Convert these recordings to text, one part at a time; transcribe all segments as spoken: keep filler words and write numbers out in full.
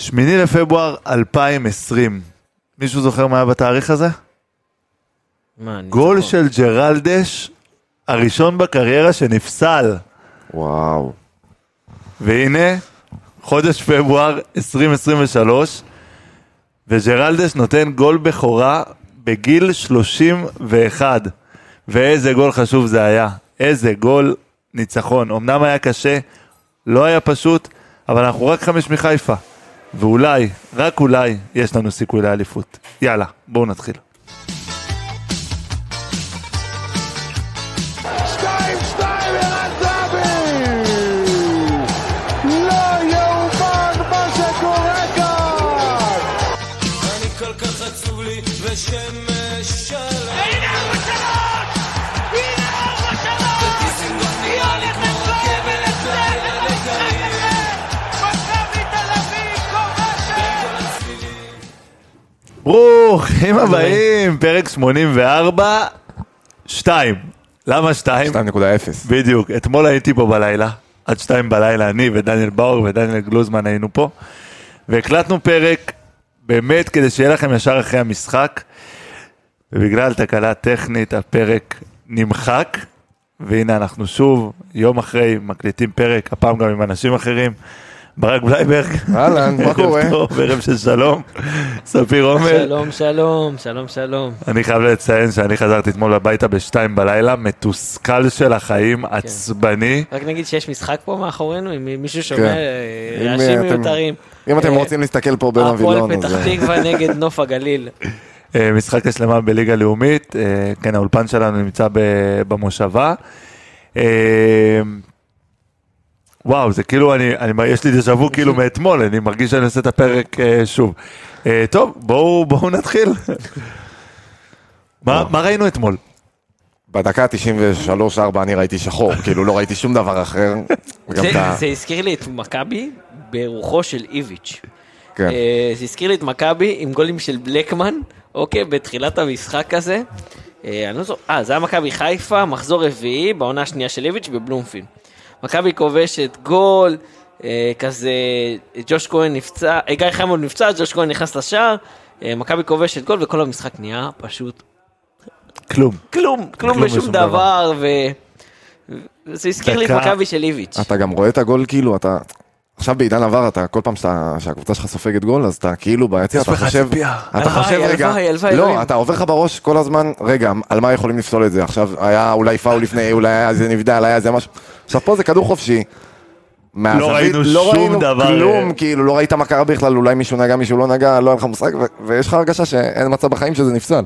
שמיני לפברואר אלפיים עשרים. מישהו זוכר מה היה בתאריך הזה? מה, גול של ג'רלדש, הראשון בקריירה שנפסל. וואו. והנה, חודש פברואר עשרים עשרים ושלוש, וג'רלדש נותן גול בכורה בגיל שלושים ואחת. ואיזה גול חשוב זה היה. איזה גול ניצחון. אמנם היה קשה, לא היה פשוט, אבל אנחנו רק חמש מחיפה. ואולי, רק אולי, יש לנו סיכוי לאליפות. יאללה, בואו נתחיל. שתיים, שתיים, ערן זהבי! לא יאומן מה שקורה כאן! אני כל כך עצוב לי ושמש שלם. הנה ארבע שלוש! הנה ארבע שלוש! ודיסינגוני הולך לרכבת לצלם מכבי תל אביב כובשת! ברוכים הבאים, פרק שמונים וארבע, שתיים. למה שתיים? שתיים נקודה אפס. בדיוק, אתמול הייתי פה בלילה, עד שתיים בלילה, אני ודניאל באור ודניאל גלוזמן היינו פה, והקלטנו פרק באמת כדי שיהיה לכם ישר אחרי המשחק, ובגלל תקלה טכנית הפרק נמחק, והנה אנחנו שוב, יום אחרי, מקליטים פרק, הפעם גם עם אנשים אחרים, ברק בלייברג. אהלן, מה קורה? ערב של שלום, ספיר עומר. שלום, שלום, שלום, שלום. אני חייב לציין שאני חזרתי אתמול הביתה בשתיים בלילה, מתוסכל של החיים, עצבני. רק נגיד שיש משחק פה מאחורינו, אם מישהו שומע אם רעשים אתם- מיותרים. אם אתם אה, רוצים להסתכל פה בין הווילון, הפועל פתח אז... תקווה נגד נוף הגליל. אה, משחק השלמה בליגה לאומית, אה, כן, האולפן שלנו נמצא ב- במושבה. אה, וואו, זה כאילו, אני, אני, יש לי דז'אבו כאילו מאתמול, אני מרגיש שאני עושה את הפרק אה, שוב. אה, טוב, בואו, בואו נתחיל. מה, מה ראינו אתמול? בדקה תשעים ושלוש ארבע אני ראיתי שחור, כאילו לא ראיתי שום דבר אחר. וגם זה- את ה- זה הזכיר לי את מכבי ברוחו של איביץ'. כן. אה, זה הזכיר לי את מכבי עם גולים של בלקמן, אוקיי, בתחילת המשחק הזה. אה, אני לא זוכר, אה, זה היה מכבי חיפה, מחזור רביעי, בעונה השנייה של איביץ' בבלומפילד. מכבי כובשת גול, אה, כזה, ג'וש כהן נפצע, אה, גיא חיימוב נפצע, ג'וש כהן נכנס לשער, אה, מכבי כובשת גול, וכל המשחק נהיה פשוט כלום. כלום, כלום כלום בשום ושום דבר, ו... וזה הזכיר לי את דקה. מכבי של איביץ'. אתה גם רואה את הגול כאילו, אתה... עכשיו בעידן עבר, אתה כל פעם שאתה- שהקבוצה שלך סופגת גול, אז אתה כאילו ביציע, יש אתה לך חושב... ציפייה. אתה הלוואי, חושב רגע... הלוואי, הלוואי, אלוהים. לא, אתה עובר לך בראש כל הזמן, רגע, על מה יכולים לפסול את זה? עכשיו היה אולי פאול לפני, אולי היה זה נבדל, היה זה משהו... עכשיו פה זה כדור חופשי. מהזווית, ראינו לא שום ראינו דבר. כלום, כאילו לא ראית מה קרה בכלל, אולי מישהו נגע, מישהו לא נגע, לא היה לך מושג, ו- ויש לך הרגשה שאין מצב בחיים שזה נפסל.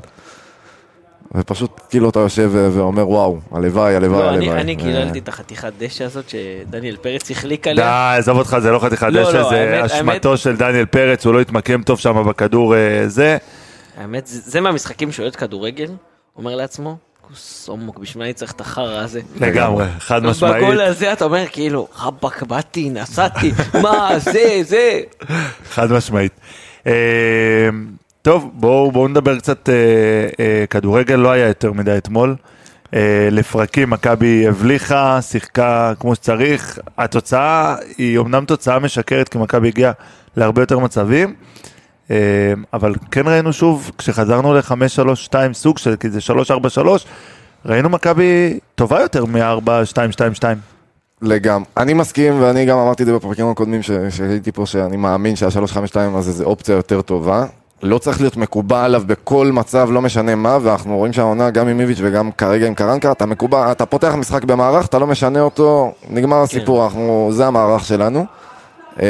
ופשוט כאילו אתה יושב ו- ואומר וואו, הלוואי, הלוואי, לא, אני, הלוואי. אני ו- קיללתי את החתיכת דשא הזאת שדניאל פרץ החליק עליה. די, עזוב אותך, זה לא חתיכת לא, דשא, לא, זה האמת- אשמתו של דניאל פרץ, הוא לא התמקם טוב שם בכדור אה, זה. האמת, זה, זה מהמשחקים שאוהד כדורגל, אומר לעצמו, כוס עמוק, בשביל מה אני צריך את החרא הזה? לגמרי, חד משמעית. בגול הזה אתה אומר כאילו, רבק, באתי, נסעתי, מה, זה, זה. חד משמעית. אה, טוב, בואו בואו נדבר קצת, אה, אה, כדורגל לא היה יותר מדי אתמול. אה, לפרקים, מכבי הבליחה, שיחקה כמו שצריך. התוצאה היא אומנם תוצאה משקרת, כי מכבי הגיעה להרבה יותר מצבים, אה, אבל כן ראינו שוב, כשחזרנו ל-חמש שלוש שתיים סוג של, כי זה שלוש ארבע שלוש, ראינו מכבי טובה יותר מ-ארבע שתיים שתיים שתיים. לגמרי. אני מסכים, ואני גם אמרתי את זה בפרקים הקודמים ש- שהייתי פה, שאני מאמין שה-שלוש חמש שתיים הזה זה אופציה יותר טובה. לא צריך להיות מקובע עליו בכל מצב, לא משנה מה, ואנחנו רואים שהעונה גם עם איביץ' וגם כרגע עם קרנקה, אתה מקובע, אתה פותח משחק במערך, אתה לא משנה אותו, נגמר הסיפור, אנחנו, זה המערך שלנו. אה,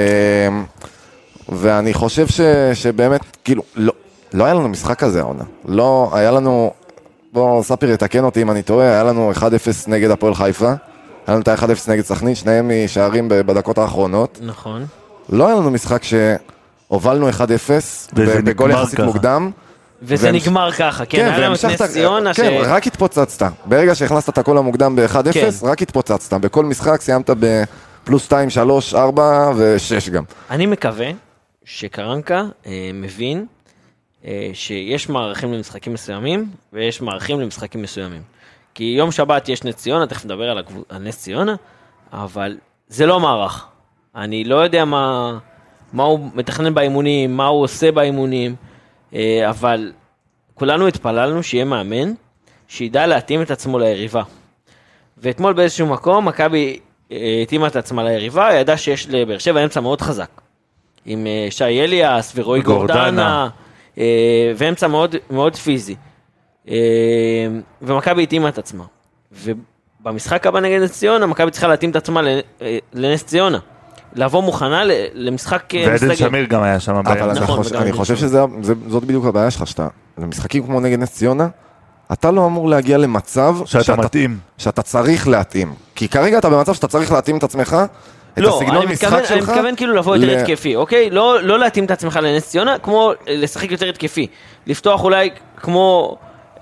ואני חושב ש, שבאמת, כאילו, לא, לא היה לנו משחק כזה העונה. לא, היה לנו, בוא ספיר יתקן אותי אם אני טועה, היה לנו אחד אפס נגד הפועל חיפה, היה לנו את ה-אחד אפס נגד סכנין, שניהם משערים בדקות האחרונות. נכון. לא היה לנו משחק שהובלנו אחד אפס וזה בגול נגמר יחסית ככה. מוקדם. וזה והמש- נגמר ככה, כן, היה לנו את והמשכת- נס ציונה, ש... כן, רק התפוצצת. ברגע שהכנסת את הקול המוקדם ב-אחד אפס, כן. רק התפוצצת. בכל משחק סיימת בפלוס שתיים, שלוש, ארבע ושש גם. אני מקווה שקרנקה אה, מבין אה, שיש מערכים למשחקים מסוימים, ויש מערכים למשחקים מסוימים. כי יום שבת יש נס ציונה, תכף נדבר על, הגב... על נס ציונה, אבל זה לא מערך. אני לא יודע מה, מה הוא מתכנן באימונים, מה הוא עושה באימונים, אבל כולנו התפללנו שיהיה מאמן, שידע להתאים את עצמו ליריבה. ואתמול באיזשהו מקום, מכבי התאימה את עצמה ליריבה, ידע שיש לבאר שבע אמצע מאוד חזק. עם שי אליאס ורועי גורדנה, ואמצע מאוד, מאוד פיזי. ומכבי התאימה את עצמה. ובמשחק הבא נגד נס ציונה, מכבי צריכה להתאים את עצמה לנס ציונה. לבוא מוכנה למשחק ועדן שמיר גם היה שם. אבל אני חושב שזאת בדיוק הבעיה שלך, שאתה, למשחקים כמו נגד נס ציונה, אתה לא אמור להגיע למצב שאתה מתאים. שאתה צריך להתאים. כי כרגע אתה במצב שאתה צריך להתאים את עצמך, את הסגנון משחק שלך. אני מתכוון כאילו לבוא יותר התקפי, אוקיי? לא להתאים את עצמך לנס ציונה, כמו לשחק יותר התקפי. לפתוח אולי כמו,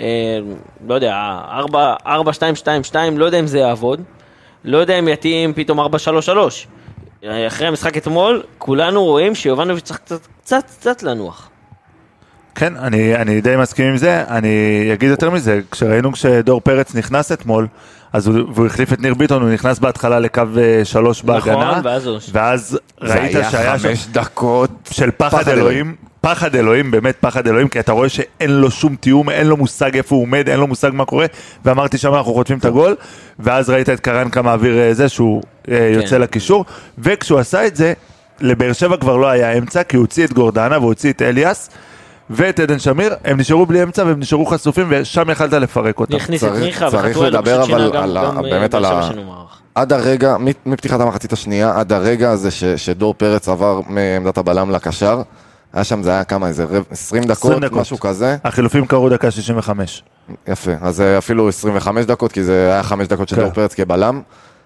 לא יודע, ארבע שתיים שתיים שתיים, לא יודע אם זה יעבוד. לא יודע אם יתאים פתאום ארבע שלוש שלוש. אחרי המשחק אתמול, כולנו רואים שיובנוביץ' צריך קצת, קצת, קצת לנוח. כן, אני, אני די מסכים עם זה. אני אגיד יותר מזה, כשראינו כשדור פרץ נכנס אתמול, אז הוא, והוא החליף את ניר ביטון, הוא נכנס בהתחלה לקו שלוש בהגנה, נכון, ואז, ואז ראית שהיה חמש שם דקות של פחד, פחד אלוהים, אלוהים, פחד אלוהים, באמת פחד אלוהים, כי אתה רואה שאין לו שום תיאום, אין לו מושג איפה הוא עומד, אין לו מושג מה קורה, ואמרתי שם אנחנו חוטפים את הגול, ואז ראית את קרנקה מעביר זה שהוא יוצא לקישור, וכשהוא עשה את זה, לבאר שבע כבר לא היה אמצע, כי הוא הוציא את גורדנה והוציא את אליאס, ואת עדן שמיר, הם נשארו בלי אמצע והם נשארו חשופים, ושם יכלת לפרק אותם. נכניס את מיכה צריך לדבר אבל באמת על ה... עד הרגע, מפתיחת המחצית השנייה, עד הרגע הזה שדור פרץ עבר מעמדת הבלם לקשר, היה שם, זה היה כמה, איזה עשרים דקות, משהו כזה. החילופים קרו דקה שישים וחמש. יפה, אז אפילו עשרים וחמש דקות, כי זה היה חמש דקות של דור פרץ כבלם.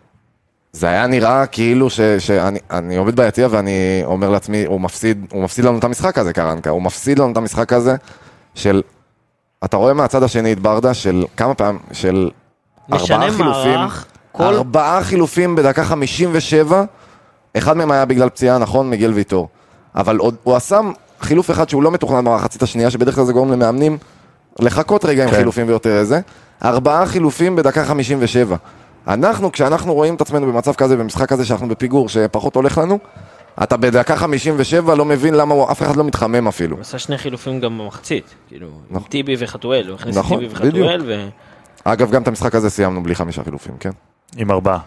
זה היה נראה כאילו שאני עובד ביציע ואני אומר לעצמי, הוא מפסיד, הוא מפסיד לנו את המשחק הזה, קרנקה, הוא מפסיד לנו את המשחק הזה של, אתה רואה מהצד השני את ברדה, של כמה פעמים, של ארבעה חילופים, ארבעה חילופים בדקה חמישים ושבע, אחד מהם היה בגלל פציעה, נכון, מיגל ויטור, אבל הוא עשה חילוף אחד שהוא לא מתוכנן במחצית השנייה, שבדרך כלל זה גורם למאמנים לחכות רגע עם חילופים ויותר איזה, ארבעה חילופים בדקה חמישים ושבע. אנחנו, כשאנחנו רואים את עצמנו במצב כזה, במשחק כזה שאנחנו בפיגור, שפחות הולך לנו, אתה בדקה חמישים ושבע לא מבין למה הוא, אף אחד לא מתחמם אפילו. הוא עשה שני חילופים גם במחצית, כאילו, עם טיבי וחתואל, הוא הכניס את טיבי וחתואל ו... אגב, גם את המשחק הזה סיימנו בלי חמישה חילופים, כן? עם ארבעה.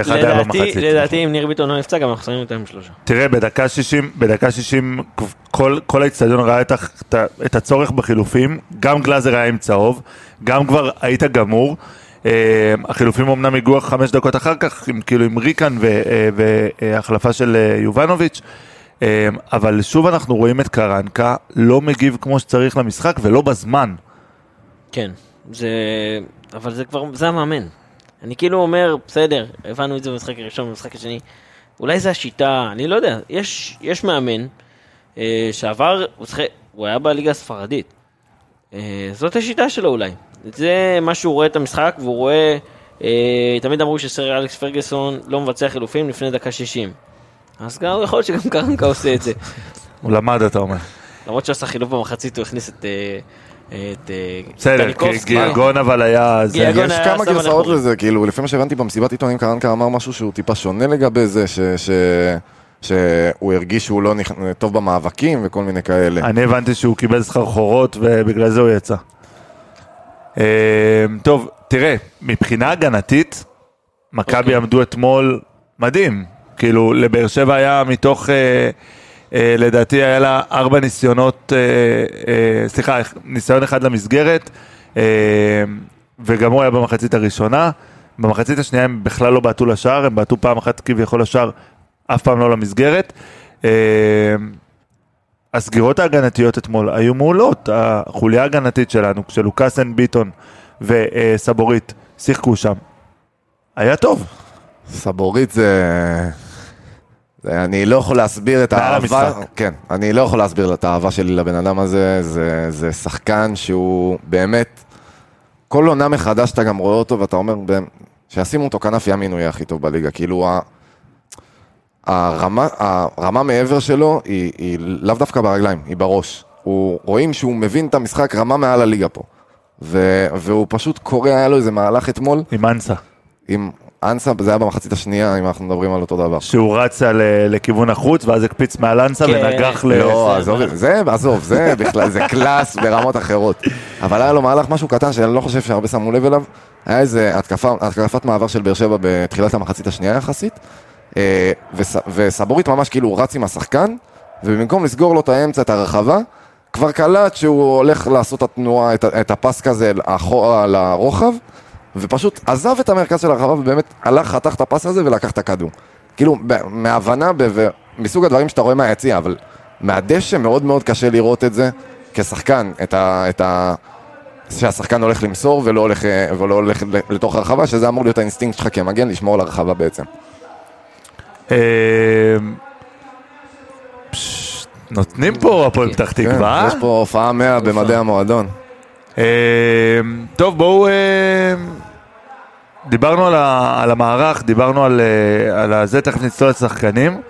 לדעתי, אם ניר ביטון לא נפצע, גם אנחנו שמים אותם עם שלושה. תראה, בדקה שישים, בדקה שישים, כל האצטדיון ראה את הצורך בחילופים, גם גלאזר היה עם צהוב, גם כבר היית גמור, החילופים אמנם הגיעו חמש דקות אחר כך, כאילו עם ריקן והחלפה של יובנוביץ', אבל שוב אנחנו רואים את קרנקה, לא מגיב כמו שצריך למשחק ולא בזמן. כן, אבל זה כבר, זה המאמן. אני כאילו אומר, בסדר, הבנו את זה במשחק הראשון, במשחק השני, אולי זה השיטה, אני לא יודע, יש, יש מאמן שעבר, הוא היה בליגה הספרדית, זאת השיטה שלו אולי. זה מה שהוא רואה את המשחק, והוא רואה, אה, תמיד אמרו שסר אלכס פרגוסון לא מבצע חילופים לפני דקה שישים. אז גם יכול להיות שגם קרנקה עושה את זה. הוא למד, אתה אומר. למרות שעשה חילוף במחצית, הוא הכניס את... את בסדר, גיאגון אבל היה... יש כמה גרסאות לזה, כאילו, לפי מה שהבנתי במסיבת עיתונאים, קרנקה אמר משהו שהוא טיפה שונה לגבי זה, שהוא הרגיש שהוא לא טוב במאבקים וכל מיני כאלה. אני הבנתי שהוא קיבל סחרחורות ובגלל זה הוא יצא. טוב, תראה, מבחינה הגנתית, מכבי עמדו אתמול מדהים, כאילו לבאר שבע היה מתוך, לדעתי היה לה ארבע ניסיונות, סליחה, ניסיון אחד למסגרת, וגם הוא היה במחצית הראשונה, במחצית השנייה הם בכלל לא בעטו לשער, הם בעטו פעם אחת כביכול לשער, אף פעם לא למסגרת, הסגירות ההגנתיות אתמול היו מעולות, החוליה ההגנתית שלנו, כשלוקאסן ביטון וסבורית שיחקו שם, היה טוב. סבורית זה... זה... אני לא יכול להסביר את האהבה, כן, אני לא יכול להסביר את האהבה שלי לבן אדם הזה, זה, זה שחקן שהוא באמת, כל עונה מחדש אתה גם רואה אותו ואתה אומר, שישימו אותו כנף ימין הוא יהיה הכי טוב בליגה, כאילו ה... הרמה, הרמה מעבר שלו היא, היא לאו דווקא ברגליים, היא בראש. הוא, רואים שהוא מבין את המשחק רמה מעל הליגה פה. ו, והוא פשוט קורא, היה לו איזה מהלך אתמול. עם אנסה. עם, אנסה, זה היה במחצית השנייה, אם אנחנו מדברים על אותו דבר. שהוא רץ על, לכיוון החוץ, ואז הקפיץ מעל אנסה כן. ונגח ל... לא, עזוב, זה, עזוב, זה בכלל, זה קלאס ברמות אחרות. אבל היה לו מהלך משהו קטן, שאני לא חושב שהרבה שמו לב אליו, היה איזה התקפה, התקפת מעבר של באר שבע בתחילת המחצית השנייה יחסית, וסבורית ממש כאילו רץ עם השחקן, ובמקום לסגור לו את האמצע, את הרחבה, כבר קלט שהוא הולך לעשות את התנועה, את, את הפס כזה אחורה לרוחב, ופשוט עזב את המרכז של הרחבה, ובאמת הלך, חתך את הפס הזה ולקח את הכדור. כאילו, מהבנה, מסוג הדברים שאתה רואה מהיציע, אבל מהדשא מאוד מאוד קשה לראות את זה כשחקן, את ה... את ה שהשחקן הולך למסור ולא הולך, ולא הולך לתוך הרחבה, שזה אמור להיות האינסטינקט שלך כמגן, לשמור על הרחבה בעצם. נותנים פה הפועל פתח תקווה. יש פה הופעה מאה במדעי המועדון. טוב, בואו, דיברנו על המערך, דיברנו על זה, תכף נצטול לשחקנים.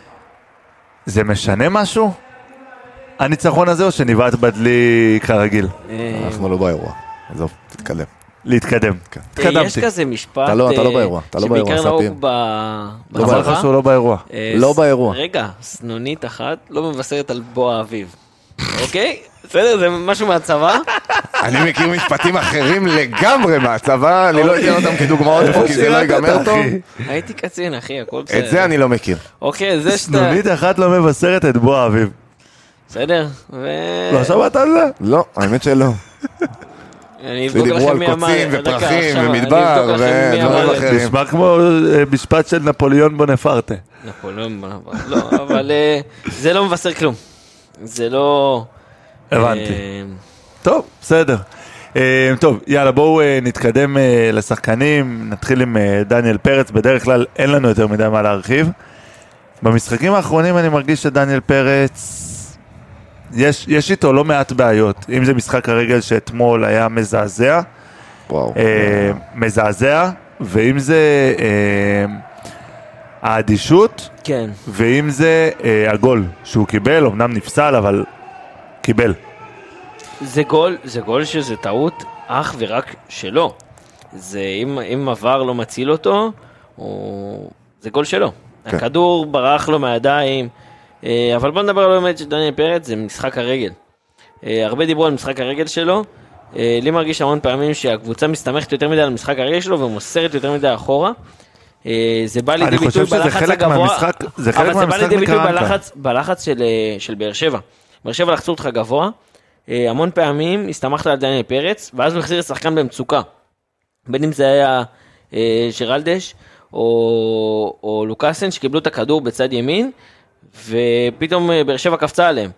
זה משנה משהו? הניצחון הזה או שניבט בדלי כרגיל? אנחנו לא באירוע, עזוב, תתקדם. להתקדם. התקדמתי. יש כזה משפט אתה לא באירוע, אתה לא באירוע, שבעיקר נהוג בצבא. אמר לך שהוא לא באירוע. לא באירוע. רגע, סנונית אחת לא מבשרת על בוא האביב. אוקיי? בסדר, זה משהו מהצבא? אני מכיר משפטים אחרים לגמרי מהצבא, אני לא אתן אותם כדוגמאות פה, כי זה לא ייגמר טוב. הייתי קצין, אחי, הכל בסדר. את זה אני לא מכיר. אוקיי, זה שאתה... סנונית אחת לא מבשרת את בוא האביב. בסדר? לא שמעת על זה? לא, האמת שלא. ודיברו על קוצים ופרחים ומדבר ודברים אחרים. נשמע כמו משפט של נפוליאון בונפרטה. נפוליאון בונפרטה, לא, אבל זה לא מבשר כלום. זה לא... הבנתי. טוב, בסדר. טוב, יאללה, בואו נתקדם לשחקנים, נתחיל עם דניאל פרץ, בדרך כלל אין לנו יותר מדי מה להרחיב. במשחקים האחרונים אני מרגיש שדניאל פרץ... יש, יש איתו לא מעט בעיות, אם זה משחק הרגל שאתמול היה מזעזע, וואו. אה, מזעזע, ואם זה אה, האדישות, כן. ואם זה אה, הגול שהוא קיבל, אמנם נפסל, אבל קיבל. זה גול, זה גול שזה טעות אך ורק שלו. זה, אם, אם עבר לא מציל אותו, הוא, זה גול שלו. כן. הכדור ברח לו מהידיים, אבל בוא נדבר על באמת שדניאל פרץ זה משחק הרגל. הרבה דיברו על משחק הרגל שלו, לי מרגיש המון פעמים שהקבוצה מסתמכת יותר מדי על משחק הרגל שלו ומוסרת יותר מדי אחורה. זה בא לידי ביטוי בלחץ הגבוה, זה חלק אבל זה בא לידי ביטוי מקרנקה. בלחץ של, של באר שבע. באר שבע לחצו אותך גבוה, המון פעמים הסתמכת על דניאל פרץ, ואז הוא החזיר לשחקן במצוקה. בין אם זה היה שרלדש או, או לוקאסן שקיבלו את הכדור בצד ימין, ופתאום באר שבע קפצה עליהם.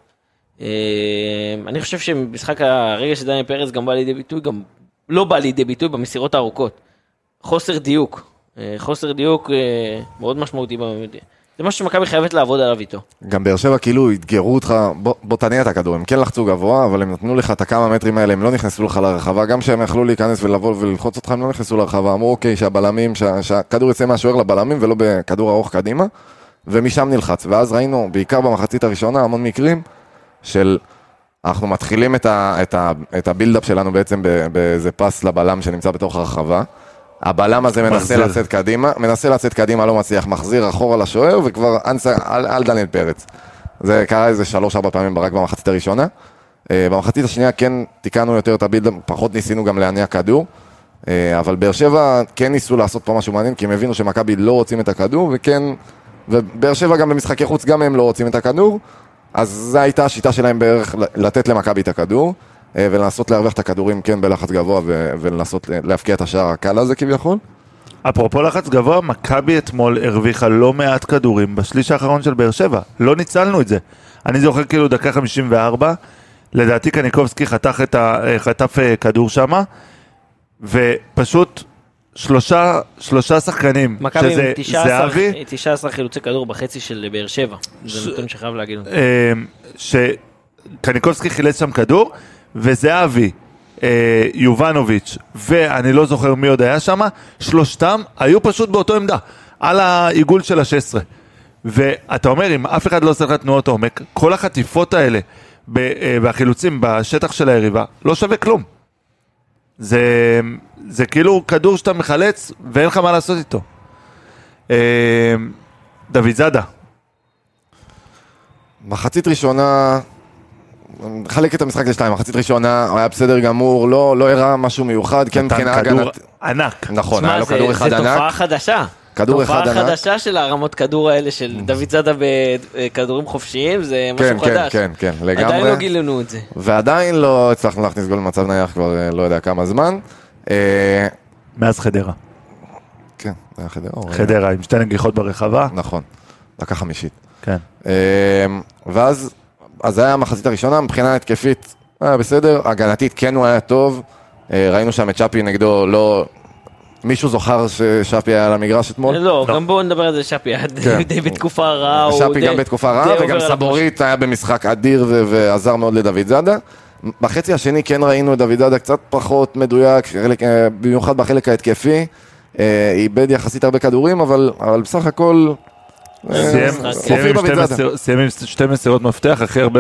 אני חושב שמשחק הרגע של דניאל פרץ גם בא לידי ביטוי, גם לא בא לידי ביטוי במסירות הארוכות. חוסר דיוק. חוסר דיוק מאוד משמעותי במדינה. זה משהו שמכבי חייבת לעבוד עליו איתו. גם באר שבע כאילו התגרו אותך, בוא, בוא תניע את הכדור, הם כן לחצו גבוה, אבל הם נתנו לך את הכמה מטרים האלה, הם לא נכנסו לך לרחבה, גם שהם יכלו להיכנס ולבוא וללחוץ אותך, הם לא נכנסו לרחבה, אמרו אוקיי, שהבלמים, שה, שהכדור יצא מהשוער לבלמים ולא בכדור ארוך קדימה, ומשם נלחץ, ואז ראינו, בעיקר במחצית הראשונה, המון מקרים של, אנחנו מתחילים את, ה, את, ה, את הבילדאפ שלנו בעצם באיזה פס לבלם שנמצא בתוך הרחבה, הבלם הזה מנסה לצאת קדימה, מנסה לצאת קדימה, לא מצליח, מחזיר אחורה לשוער, וכבר אנסה על, על דניאל פרץ. זה קרה איזה שלוש, ארבע פעמים רק במחצית הראשונה. במחצית השנייה כן תיקנו יותר את הבילד, פחות ניסינו גם להניע כדור, אבל באר שבע כן ניסו לעשות פה משהו מעניין, כי הם הבינו שמכבי לא רוצים את הכדור, וכן, ובאר שבע גם במשחקי חוץ גם הם לא רוצים את הכדור, אז זו הייתה השיטה שלהם בערך לתת למכבי את הכדור, ולנסות להרוויח את הכדורים כן בלחץ גבוה ולנסות להפקיע את השער הקל הזה כביכול. אפרופו לחץ גבוה, מכבי אתמול הרוויחה לא מעט כדורים בשליש האחרון של באר שבע, לא ניצלנו את זה. אני זוכר כאילו דקה חמישים וארבע, לדעתי קניקובסקי חתך את ה... חטף כדור שמה, ופשוט שלושה, שלושה שחקנים, שזה זהבי. תשעה עשר חילוצי כדור בחצי של באר שבע, זה נתון שחייב להגיד. שקניקובסקי חילץ שם כדור, וזהבי, אה, יובנוביץ' ואני לא זוכר מי עוד היה שם, שלושתם היו פשוט באותו עמדה, על העיגול של ה-שש עשרה. ואתה אומר, אם אף אחד לא עושה לך תנועות עומק, כל החטיפות האלה ב, אה, והחילוצים בשטח של היריבה, לא שווה כלום. זה, זה כאילו כדור שאתה מחלץ ואין לך מה לעשות איתו. דוד זאדה. מחצית ראשונה, חלק את המשחק לשתיים, מחצית ראשונה, היה בסדר גמור, לא, לא הראה משהו מיוחד, כן מבחינה הגנת. כדור ענק. נכון, היה לו כדור אחד זה ענק. תופעה חדשה. כדור אחד תופעה ענק. חדשה של הרמות כדור האלה של דוד זאדה בכדורים חופשיים, זה כן, משהו חדש. כן, כן, כן, לגמרי. עדיין לא גילינו את זה. ועדיין לא הצלחנו להכניס גול במצב נייח כבר לא יודע כמה זמן. מאז חדרה. כן, זה היה חדרה. חדרה, עם שתי נגיחות ברחבה. נכון, דקה חמישית. כן. ואז, אז זה היה המחצית הראשונה, מבחינה התקפית, היה בסדר, הגנתית כן הוא היה טוב, ראינו שם את שפי נגדו, לא, מישהו זוכר ששפי היה על המגרש אתמול? לא, גם בואו נדבר על זה שפי, די בתקופה רעה. שפי גם בתקופה רעה, וגם סבורית היה במשחק אדיר ועזר מאוד לדוד זאדה. בחצי השני כן ראינו את דוד זאדה קצת פחות מדויק, במיוחד בחלק ההתקפי, איבד יחסית הרבה כדורים, אבל בסך הכל... סיים עם שתי מסירות מפתח, הכי הרבה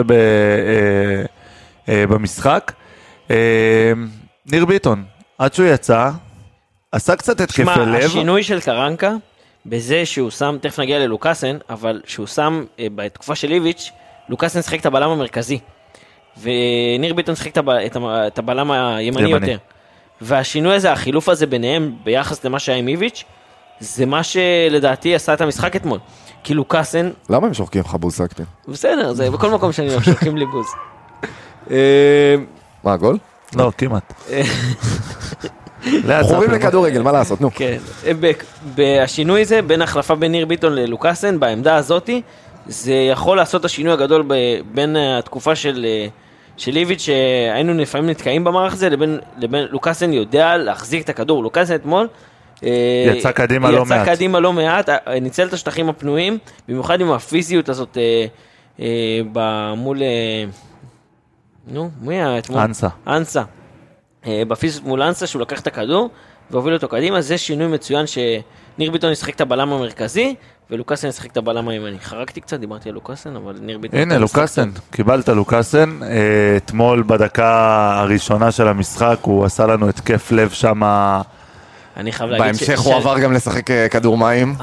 במשחק. ניר ביטון, עד שהוא יצא, עשה קצת התקפי לב. שמה, השינוי של קרנקה, בזה שהוא שם, תכף נגיע ללוקאסן, אבל שהוא שם בתקופה של איביץ', לוקאסן שחק את הבלם המרכזי, וניר ביטון שחק את הבלם הימני יותר. והשינוי הזה, החילוף הזה ביניהם, ביחס למה שהיה עם איביץ', זה מה שלדעתי עשה את המשחק אתמול. כי לוקאסן... למה הם שורקים לך בוז סקטין? בסדר, זה בכל מקום שאני לא שורקים לי בוז. מה, גול? לא, כמעט. חורים לכדורגל, מה לעשות, נו. כן, בשינוי הזה, בין החלפה בין ניר ביטון ללוקאסן, בעמדה הזאת, זה יכול לעשות את השינוי הגדול בין התקופה של... של איביץ' שהיינו לפעמים נתקעים במערך הזה, לבין, לבין לוקאסן יודע להחזיק את הכדור. לוקאסן אתמול יצא קדימה לא מעט. יצא קדימה לא מעט, ניצל את השטחים הפנויים, במיוחד עם הפיזיות הזאת מול... נו, מי היה אתמול? אנסה. אנסה. בפיזיות מול אנסה, שהוא לקח את הכדור והוביל אותו קדימה. זה שינוי מצוין שניר ביטון ישחק את הבלם המרכזי, ולוקאסן ישחק את הבלם הימני. חרקתי קצת, דיברתי על לוקאסן, אבל ניר ביטון... הנה, לוקאסן, קיבלת לוקאסן. אתמול בדקה הראשונה של המשחק, הוא עשה לנו התקף לב שם... אני חייב להגיד בהמשך הוא עבר גם לשחק כדור מים.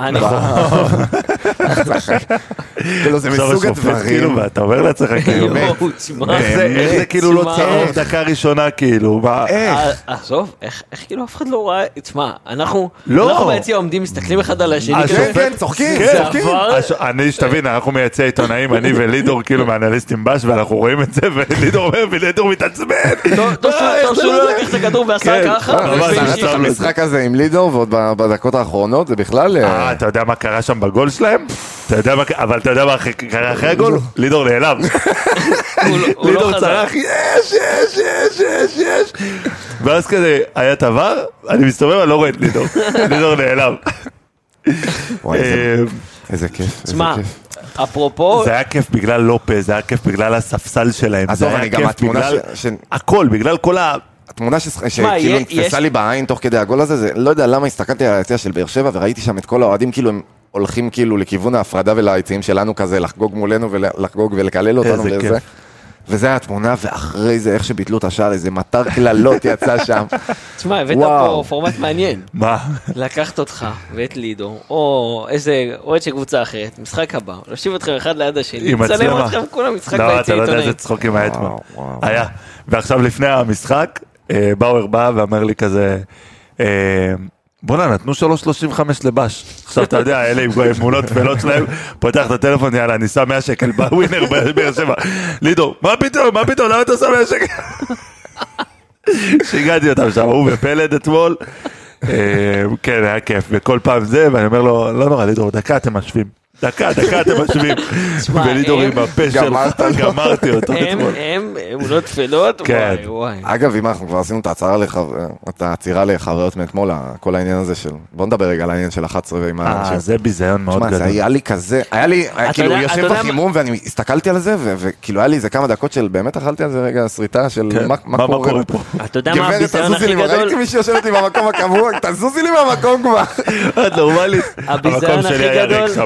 כאילו זה מסוג הדברים. אתה אומר לעצמך כאילו, איך זה כאילו לא צהוב דקה ראשונה כאילו, עזוב, איך כאילו אף אחד לא רואה, תשמע, אנחנו ביציע עומדים, מסתכלים אחד על השני, כן, כן, צוחקים, אני שתבין, אנחנו מייצא עיתונאים, אני ולידור כאילו מאנליסטים בש, ואנחנו רואים את זה, ולידור אומר, ולידור מתעצבן. טוב שהוא לא לקח את הכדור ועשה ככה, המשחק הזה עם לידור, ועוד בדקות האחרונות, זה בכלל... אה, אתה יודע מה קרה שם בגול שלהם? אבל אתה יודע מה קרה אחרי הגול? לידור נעלם. לידור צרח, יש, יש, יש, יש, יש. ואז כזה, היה תבר, אני מסתובב, אני לא רואה את לידור. לידור נעלם. וואי, איזה כיף. תשמע, אפרופו... זה היה כיף בגלל לופז, זה היה כיף בגלל הספסל שלהם. זה היה כיף בגלל... הכל, בגלל כל ה... התמונה שכאילו נתפסה לי בעין תוך כדי הגול הזה, זה לא יודע למה הסתכלתי על היציע של באר שבע וראיתי שם את כל האוהדים כאילו הם הולכים כאילו לכיוון ההפרדה וליציעים שלנו כזה לחגוג מולנו ולחגוג ולקלל אותנו וזה. וזה היה התמונה, ואחרי זה איך שביטלו את השער, איזה מטר כללות יצא שם. תשמע, הבאת פה פורמט מעניין. מה? לקחת אותך ואת לידו, או איזה אוהד של קבוצה אחרת, משחק הבא, להושיב אתכם אחד ליד השני, צלם אתכם כולם משחק ביציע עיתונאים. לא, אתה לא יודע איזה צחוקים היה אתמול. היה. ועכשיו לפני המשחק, באואר בא ואמר לי כזה, בוא'נה, נתנו שלוש שלושים וחמש לבש. עכשיו אתה יודע, אלה עם אמונות תפלות שלהם, פותח את הטלפון, יאללה, אני שם מאה שקל בווינר באר שבע. לידור, מה פתאום, מה פתאום, למה אתה שם מאה שקל? שיגעתי אותם שם, הוא בפלד אתמול. כן, היה כיף, וכל פעם זה, ואני אומר לו, לא נורא, לידור, דקה אתם משווים. דקה, דקה אתם משווים. ולידור עם הפה שלך, גמרתי אותו אתמול. הם אמונות תפלות, וואי וואי. אגב, אם אנחנו כבר עשינו את העצירה לחוויות מאתמול, כל העניין הזה של, בוא נדבר רגע על העניין של אחת עשרה ועם האנשים. אה, זה ביזיון מאוד גדול. זה היה לי כזה, היה לי, כאילו, יושב בחימום ואני הסתכלתי על זה, וכאילו היה לי איזה כמה דקות של, באמת אכלתי על זה רגע, סריטה של מה קורה פה. אתה יודע מה הביזיון הכי גדול? ראיתי מי שיושבת לי במקום הקבוע, תזוזי לי מהמקום כבר. את נורמלית. המקום שלי היה ריק שם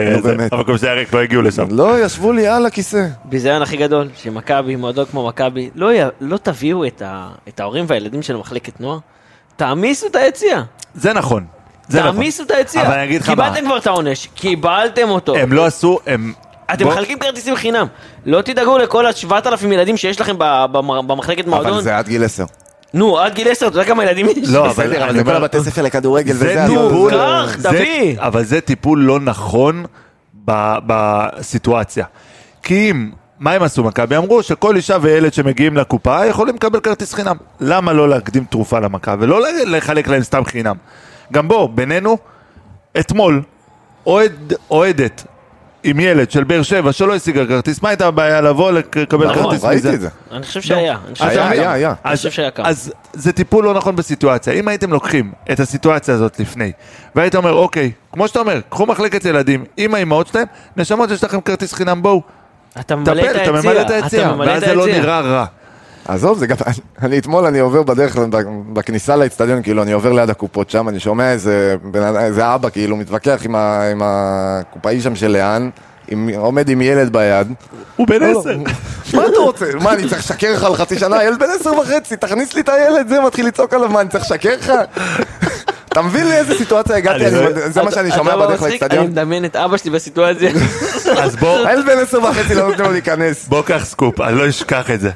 נו, באמת. המקום שהיה ריק, לא הגיעו לשם. לא, ישבו לי על הכיסא. ביזיון הכי גדול, שמכבי, מועדון כמו מכבי, לא, י- לא תביאו את, ה- את ההורים והילדים של מחלקת נוער, תעמיסו את היציאה. זה נכון. זה נכון. תעמיסו את היציאה. אבל אני אגיד לך מה. קיבלתם כבר את העונש, קיבלתם אותו. הם לא עשו, הם... אתם בוא- מחלקים כרטיסים חינם. לא תדאגו לכל ה-שבעת אלפים ילדים שיש לכם ב- במ- במחלקת מועדון. אבל זה עד גיל עשר. נו, עד גיל עשר, אתה יודע כמה ילדים יש? לא, בסדר, אבל אני זה כל אומר- הבתי ספר לכדורגל זה וזה... טיפול, קח, זה- תביא. אבל זה טיפול לא נכון ב- בסיטואציה. כי אם, מה הם עשו מכבי? אמרו שכל אישה וילד שמגיעים לקופה יכולים לקבל כרטיס חינם. למה לא להקדים תרופה למכה ולא לחלק להם סתם חינם? גם בוא, בינינו, אתמול, אוהד, אוהדת עם ילד של באר שבע שלא השיגה כרטיס, מה הייתה הבעיה לבוא לקבל נכון, כרטיס מזה? ראיתי את זה. אני חושב שהיה. אני חושב היה, שהיה היה, כמה. היה. אני חושב שהיה כמה. אז זה טיפול לא נכון בסיטואציה. אם הייתם לוקחים את הסיטואציה הזאת לפני, והיית אומר, אוקיי, כמו שאתה אומר, קחו מחלקת ילדים עם האימהות שלהם, נשמות יש לכם כרטיס חינם, בואו, אתה ממלא את טפל, אתה היציאה. ממלא את היציאה, אתה ממלא ואז את זה לא היציאה. נראה רע. עזוב, זה גם, אני אתמול, אני עובר בדרך, בכניסה לאצטדיון, כאילו, אני עובר ליד הקופות שם, אני שומע איזה, איזה אבא, כאילו, מתווכח עם, ה, עם הקופאי שם של לאן, עם, עומד עם ילד ביד. הוא בן לא, עשר. לא. מה אתה רוצה? מה, אני צריך לשקר לך על חצי שנה? ילד בן עשר וחצי, תכניס לי את הילד, זה מתחיל לצעוק עליו, מה, אני צריך לשקר לך? אתה מבין לאיזה סיטואציה הגעתי? אני לא- אני- זה מה שאני אתה- שומע אתה לא בדרך מצחיק? אני לאצטדיון. מדמיין את אבא שלי בסיטואציה. אז בוא, הילד בן עשר וחצי לא נותנים לו להיכנס. בוא קח סקופ, אני לא אשכח את זה.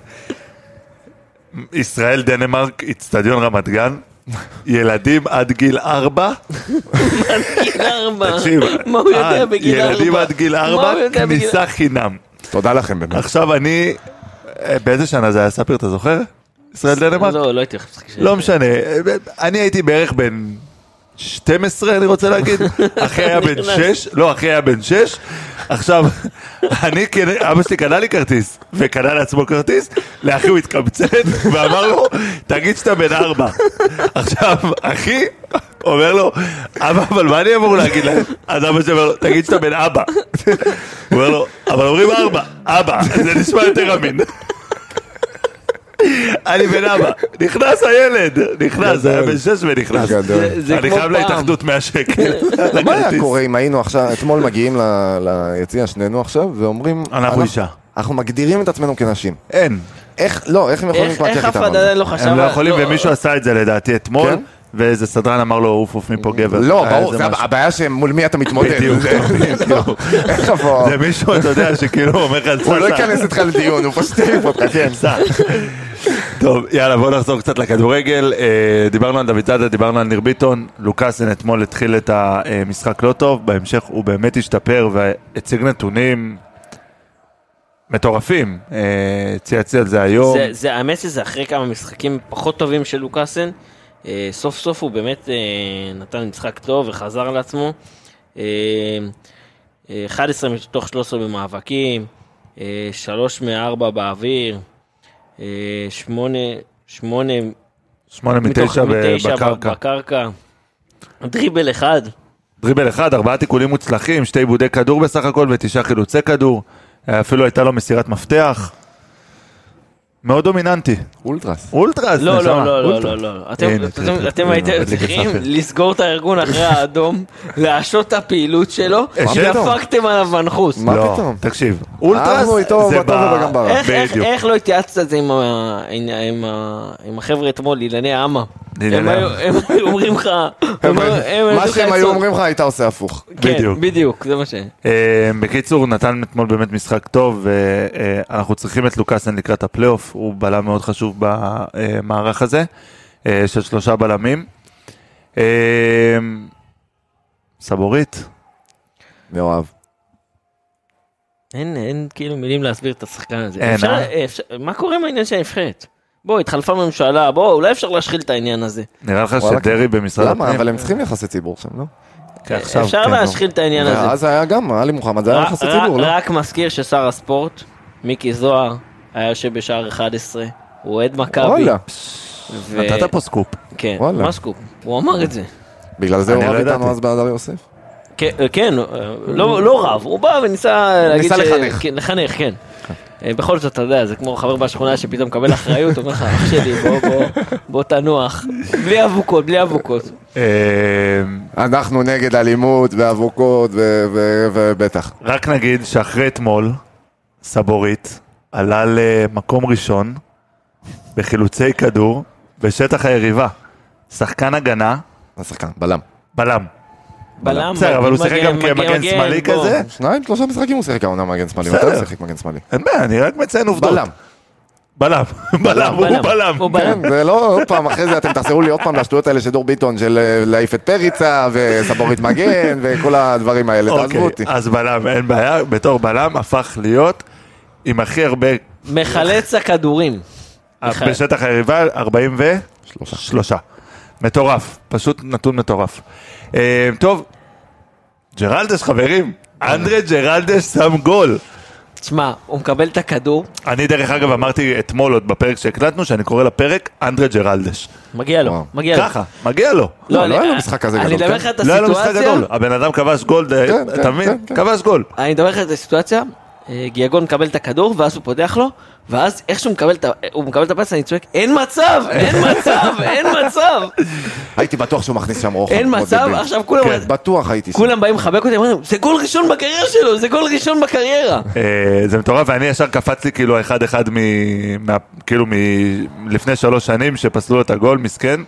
ישראל דנמרק, אצטדיון רמת גן, ילדים עד גיל ארבע, גיל ארבע. תקשיב, מה הוא יודע אה, בגיל ארבע? ילדים עד גיל מה ארבע, הוא יודע בגיל- כניסה חינם. תודה לכם באמת. עכשיו אני, אה, באיזה שנה זה היה ספיר, אתה זוכר? ישראל דנמרק? לא, לא הייתי הולך לשחק. לא משנה, אני הייתי בערך בן שתים עשרה, אני רוצה להגיד, אחי היה בן שש, לא, אחי היה בן שש, עכשיו, אני, אבא שלי קנה לי כרטיס, וקנה לעצמו כרטיס, לאחי הוא התקמצן, ואמר לו, תגיד שאתה בן ארבע. עכשיו, אחי אומר לו, אבא, אבל מה אני אמור להגיד להם? אז אבא שלי אומר לו, תגיד שאתה בן אבא. הוא אומר לו, אבל אומרים ארבע, אבא, זה נשמע יותר אמין. אני בן אבא, נכנס הילד, נכנס, היה בן שש ונכנס. גדול. זה- זה אני כמו חייב פעם. להתאחדות מאה שקל. מה היה לכרטיס. קורה אם היינו עכשיו, אתמול מגיעים ל- ליציע שנינו עכשיו, ואומרים... אנחנו אישה. אנחנו מגדירים את עצמנו כנשים. אין, איך, לא, איך הם יכולים איך להתמקח איך אף איתנו? אחד על זה? עדיין לא חשב? הם לא על- יכולים, ומישהו עשה את זה לדעתי אתמול, כן? ואיזה סדרן אמר לו, עוף עוף מפה גבר. לא, היה ברור, איזה זה משהו. הבעיה שמול מי אתה מתמודד. בדיוק. זה- בדיוק. איך אבוא? זה מישהו, אתה יודע, שכאילו אומר לך, הוא לא סע, סע. ייכנס איתך לדיון, הוא פשוט יעיף אותך, כן. סע. טוב, יאללה, בואו נחזור קצת לכדורגל. אה, דיברנו על דוד זאדה, דיברנו על ניר ביטון. לוקאסן אתמול התחיל את המשחק לא טוב, בהמשך הוא באמת השתפר והציג נתונים מטורפים. אה, צייצתי על זה היום. זה- זה, האמת שזה אחרי כמה משחקים פחות טובים של לוקאסן, אה, סוף סוף הוא באמת אה, נתן משחק טוב וחזר לעצמו. אה, אה, אחד עשרה מתוך שלוש עשרה במאבקים, אה, שלוש מארבע באוויר, אה, שמונה, שמונה שמונה מתוך מתשע מתשע בקרקע. בקרקע, דריבל אחד. דריבל אחד, ארבעה תיקולים מוצלחים, שתי עיבודי כדור בסך הכל ותשעה חילוצי כדור. אפילו הייתה לו מסירת מפתח. מאוד דומיננטי. אולטרס. אולטרס, לא, נשמה, לא, לא, לא, אולטרס. לא, לא. אתם- הנה, אתם- תראה, אתם תראה, הייתם ליגת צריכים סחר. לסגור את הארגון אחרי האדום, להשעות את הפעילות שלו, השעית? דפקתם עליו מנחוס. מה לא, פתאום? תקשיב, אולטרס אהבנו איתו זה בטוב ב- ובגם ברע. איך- איך- בדיוק. איך לא התייעצת על זה עם ה- עם ה- עם ה- עם החבר'ה אתמול, אילני העמה? אילני הם היו- הם היו אומרים לך... הם היו- הם מה היו שהם לך היו עצות. אומרים לך, היית עושה הפוך. כן, בדיוק. בדיוק, זה מה ש... אה, בקיצור, נתן אתמול באמת משחק טוב, ואנחנו צריכים את לוקאסן לקראת הפלייאוף, הוא בלם מאוד חשוב במערך הזה, אה, של שלושה בלמים. אה, סבורית, מאוהב. אין, אין כאילו מילים להסביר את השחקן הזה. אין, אפשר- אה? אפשר- מה קורה עם העניין של הנבחרת? בוא, התחלפה ממשלה, בוא, אולי אפשר להשחיל את העניין הזה. נראה לך וואלה, שדרי במשרד למה? הפנים? אבל הם צריכים יחסי ציבור שם, לא? כן, עכשיו, אפשר כן, להשחיל את העניין הזה. ואז היה גם, עלי מוחמד, זה היה רק- יחסי רק- ציבור, לא? רק מזכיר ששר הספורט, מיקי זוהר, היה יושב בשער אחד עשרה, הוא אוהד מכבי. וואלה. ו- נתת פה סקופ. כן, וואלה. מה סקופ? הוא אמר את זה. בגלל זה הוא אני רב לא איתנו ידעתי. אז בהדר יוסף? כן, כן, לא לא רב, הוא בא וניסה להגיד ניסה ש- לחנך. כן, לחנך, כן. אה, בכל זאת, אתה יודע, זה כמו חבר בשכונה שפתאום מקבל אחריות, אומר לך, אח שלי, בוא, בוא, בוא תנוח. בלי אבוקות, בלי אבוקות. אה, אנחנו נגד אלימות ואבוקות ובטח. רק נגיד שאחרי אתמול, סבורית עלה למקום ראשון בחילוצי כדור בשטח היריבה. שחקן הגנה. השחקן, בלם. בלם. בלם. בסדר, אבל הוא שיחק גם כמגן שמאלי כזה. שניים, שלושה משחקים הוא שיחק העונה מגן שמאלי. מתי הוא שיחק מגן שמאלי? אין בעיה, אני רק מציין עובדות. בלם. בלם, בלם, הוא בלם. הוא בלם. כן, זה לא עוד פעם, אחרי זה אתם תחזרו לי עוד פעם לשטויות האלה של דור ביטון, של להעיף את פריצה וסבורית מגן וכל הדברים האלה, תעזבו אותי. אז בלם, אין בעיה, בתור בלם הפך להיות עם הכי הרבה... מחלץ הכדורים. בשטח היריבה, ארבעים ושלושה. מטורף, פשוט נתון מטורף. טוב, ג'רלדש חברים, אנדרי ג'רלדש שם גול. תשמע, הוא מקבל את הכדור. אני דרך אגב אמרתי אתמול עוד בפרק שהקלטנו, שאני קורא לפרק אנדרי ג'רלדש. מגיע לו, מגיע לו. ככה, מגיע לו. לא, לא היה לו משחק כזה גדול. אני אדבר לך את לא היה לו משחק הסיטואציה. גדול, הבן אדם כבש גול, אתה מבין? כבש גול. אני אדבר לך את הסיטואציה. גיאגון מקבל את הכדור, ואז הוא פותח לו, ואז איך שהוא מקבל את הפס, אני צועק, אין מצב, אין מצב, אין מצב. הייתי בטוח שהוא מכניס שם רוחב. אין מצב, עכשיו כולם... בטוח הייתי שם. כולם באים לחבק אותי, אומרים, זה גול ראשון בקריירה שלו, זה גול ראשון בקריירה. זה מטורף, ואני ישר קפצתי כאילו אחד אחד כאילו מלפני שלוש שנים שפסלו לו את הגול, מסכן.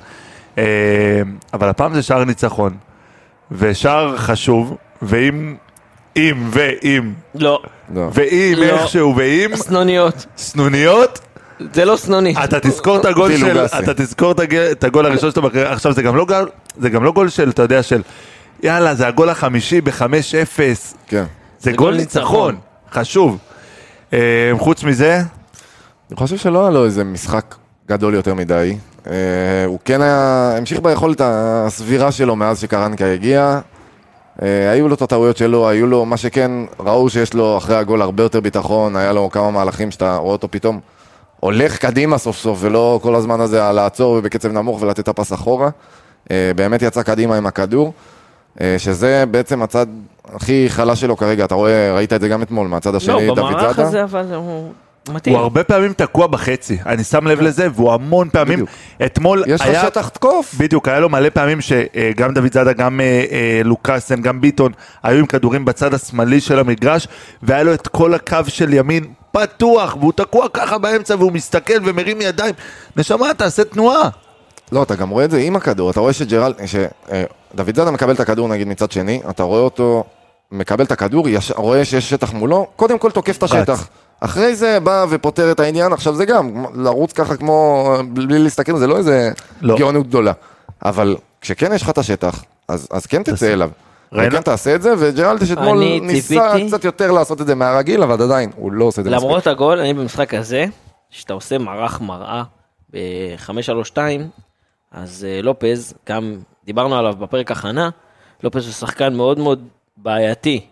אבל הפעם זה שער ניצחון, ושער חשוב, ואם... אם ואם. לא. ואם איכשהו ואם. סנוניות. סנוניות. זה לא סנוני. אתה תזכור את הגול של, אתה תזכור את הגול הראשון שלו בקריירה. עכשיו זה גם לא גול, זה גם לא גול של, אתה יודע, של יאללה, זה הגול החמישי ב-חמש אפס. כן. זה גול ניצחון. חשוב. חוץ מזה, אני חושב שלא היה לו איזה משחק גדול יותר מדי. הוא כן היה, המשיך ביכולת הסבירה שלו מאז שקרנקה הגיע. היו לו את הטעויות שלו, היו לו, מה שכן, ראו שיש לו אחרי הגול הרבה יותר ביטחון, היה לו כמה מהלכים שאתה רואה אותו פתאום הולך קדימה סוף סוף, ולא כל הזמן הזה על לעצור ובקצב נמוך ולתת את הפס אחורה. באמת יצא קדימה עם הכדור, שזה בעצם הצד הכי חלש שלו כרגע, אתה רואה, ראית את זה גם אתמול, מהצד השני, דוד זאדה. לא, במערך הזה אבל הוא... מתאים. הוא הרבה פעמים תקוע בחצי, אני שם לב לזה, והוא המון פעמים, בדיוק. אתמול יש היה... לו שטח תקוף. בדיוק, היה לו מלא פעמים שגם דוד זאדה, גם לוקאסן, גם ביטון, היו עם כדורים בצד השמאלי של המגרש, והיה לו את כל הקו של ימין פתוח, והוא תקוע ככה באמצע, והוא מסתכל ומרים ידיים. נשמה, תעשה תנועה. לא, אתה גם רואה את זה עם הכדור, אתה רואה שג'רל, שדוד זאדה מקבל את הכדור נגיד מצד שני, אתה רואה אותו מקבל את הכדור, רואה שיש שטח מולו, קודם כל תוקף את השטח. אחרי זה בא ופותר את העניין, עכשיו זה גם, לרוץ ככה כמו, בלי להסתכל, זה לא איזה לא. גאונות גדולה. אבל כשכן יש לך את השטח, אז, אז כן תצא אליו. וכן תעשה את זה, וג'רלדש אתמול ניסה קצת יותר לעשות את זה מהרגיל, אבל עדיין, הוא לא עושה את זה מספיק. למרות הגול, אני במשחק הזה, שאתה עושה מערך מראה ב-חמש שלוש שתיים, אז לופז, גם דיברנו עליו בפרק הכנה, לופז הוא שחקן מאוד מאוד בעייתי.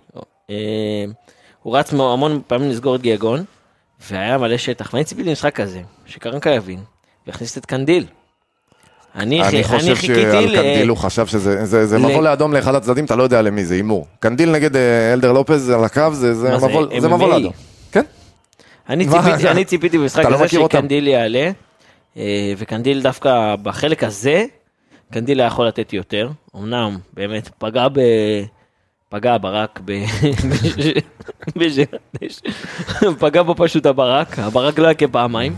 הוא רץ המון פעמים לסגור את גיאגון, והיה מלא שטח, ואני ציפיתי למשחק כזה, שקרנקה יבין, והכניס את קנדיל. אני חושב שעל קנדיל הוא חשב שזה מבוא לאדום לאחד הצדדים, אתה לא יודע למי זה, אימור. קנדיל נגד אלדר לופז על הקו, זה מבוא לאדום. כן? אני ציפיתי במשחק הזה שקנדיל יעלה, וקנדיל דווקא בחלק הזה, קנדיל היה יכול לתת יותר, אמנם באמת פגע ב... פגע ברק בז'רלדש, פגע בו פשוט הברק, הברק לא היה כפעמיים,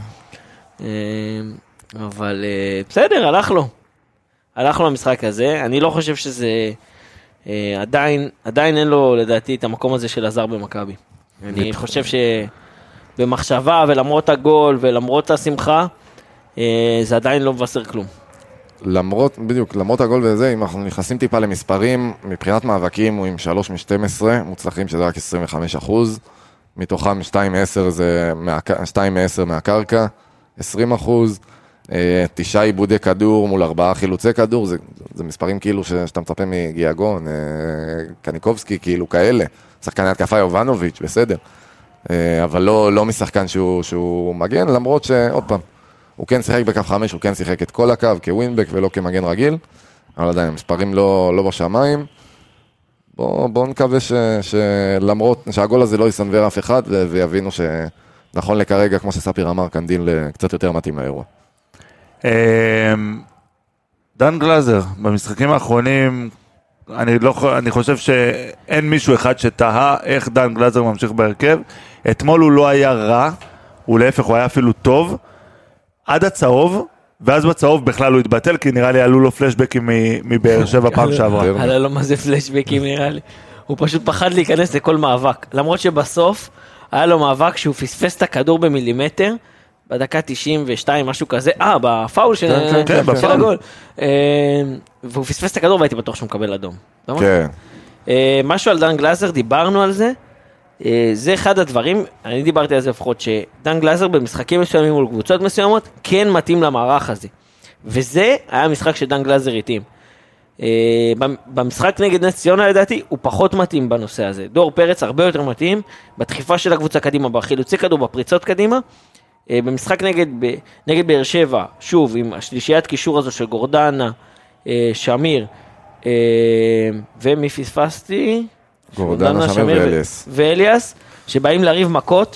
אבל בסדר, הלך לו, הלך לו המשחק הזה, אני לא חושב שזה, עדיין, עדיין אין לו לדעתי את המקום הזה של הזר במכבי, אני חושב שבמחשבה ולמרות הגול ולמרות השמחה, זה עדיין לא מבשר כלום. למרות, בדיוק, למרות הגול וזה, אם אנחנו נכנסים טיפה למספרים, מבחינת מאבקים הוא עם שלוש משתים עשרה, מוצלחים שזה רק עשרים וחמישה אחוז, מתוכם שתיים מעשר זה, שתיים מעשר מהקרקע, עשרים אחוז, תשעה עיבודי כדור מול ארבעה חילוצי כדור, זה, זה מספרים כאילו ש, שאתה מצפה מגיאגון, קניקובסקי, כאילו כאלה, שחקני התקפה יובנוביץ', בסדר, אבל לא, לא משחקן שהוא, שהוא מגן, למרות שעוד פעם, הוא כן שיחק בקו חמש, הוא כן שיחק את כל הקו כווינבק ולא כמגן רגיל, אבל עדיין, המספרים לא, לא בשמיים. בואו בוא נקווה ש, שלמרות שהגול הזה לא יסנבר אף אחד, ויבינו שנכון לכרגע, כמו שספיר אמר, קנדיל קצת יותר מתאים לאירוע. דן גלאזר, במשחקים האחרונים, אני, לא, אני חושב שאין מישהו אחד שתהה איך דן גלזר ממשיך בהרכב. אתמול הוא לא היה רע, הוא להפך, הוא היה אפילו טוב, עד הצהוב, ואז בצהוב בכלל הוא התבטל, כי נראה לי עלו לו פלשבקים מבאר שבע פעם שעברה. עלה לו מה זה פלשבקים נראה לי. הוא פשוט פחד להיכנס לכל מאבק. למרות שבסוף היה לו מאבק שהוא פספס את הכדור במילימטר, בדקה תשעים ושתיים, משהו כזה, אה, בפאול של הגול. והוא פספס את הכדור והייתי בטוח שהוא מקבל אדום. כן. משהו על דן גלזר, דיברנו על זה. זה אחד הדברים, אני דיברתי על זה לפחות, שדן גלזר במשחקים מסוימים מול קבוצות מסוימות, כן מתאים למערך הזה. וזה היה משחק שדן גלזר התאים. במשחק נגד נס ציונה לדעתי, הוא פחות מתאים בנושא הזה. דור פרץ הרבה יותר מתאים, בדחיפה של הקבוצה קדימה, בחילוצי כדור, בפריצות קדימה. במשחק נגד, נגד באר שבע, שוב, עם השלישיית קישור הזו של גורדנה, שמיר, ומי פספסתי? גורדנה, שמיר ואליאס. ואליאס, שבאים לריב מכות,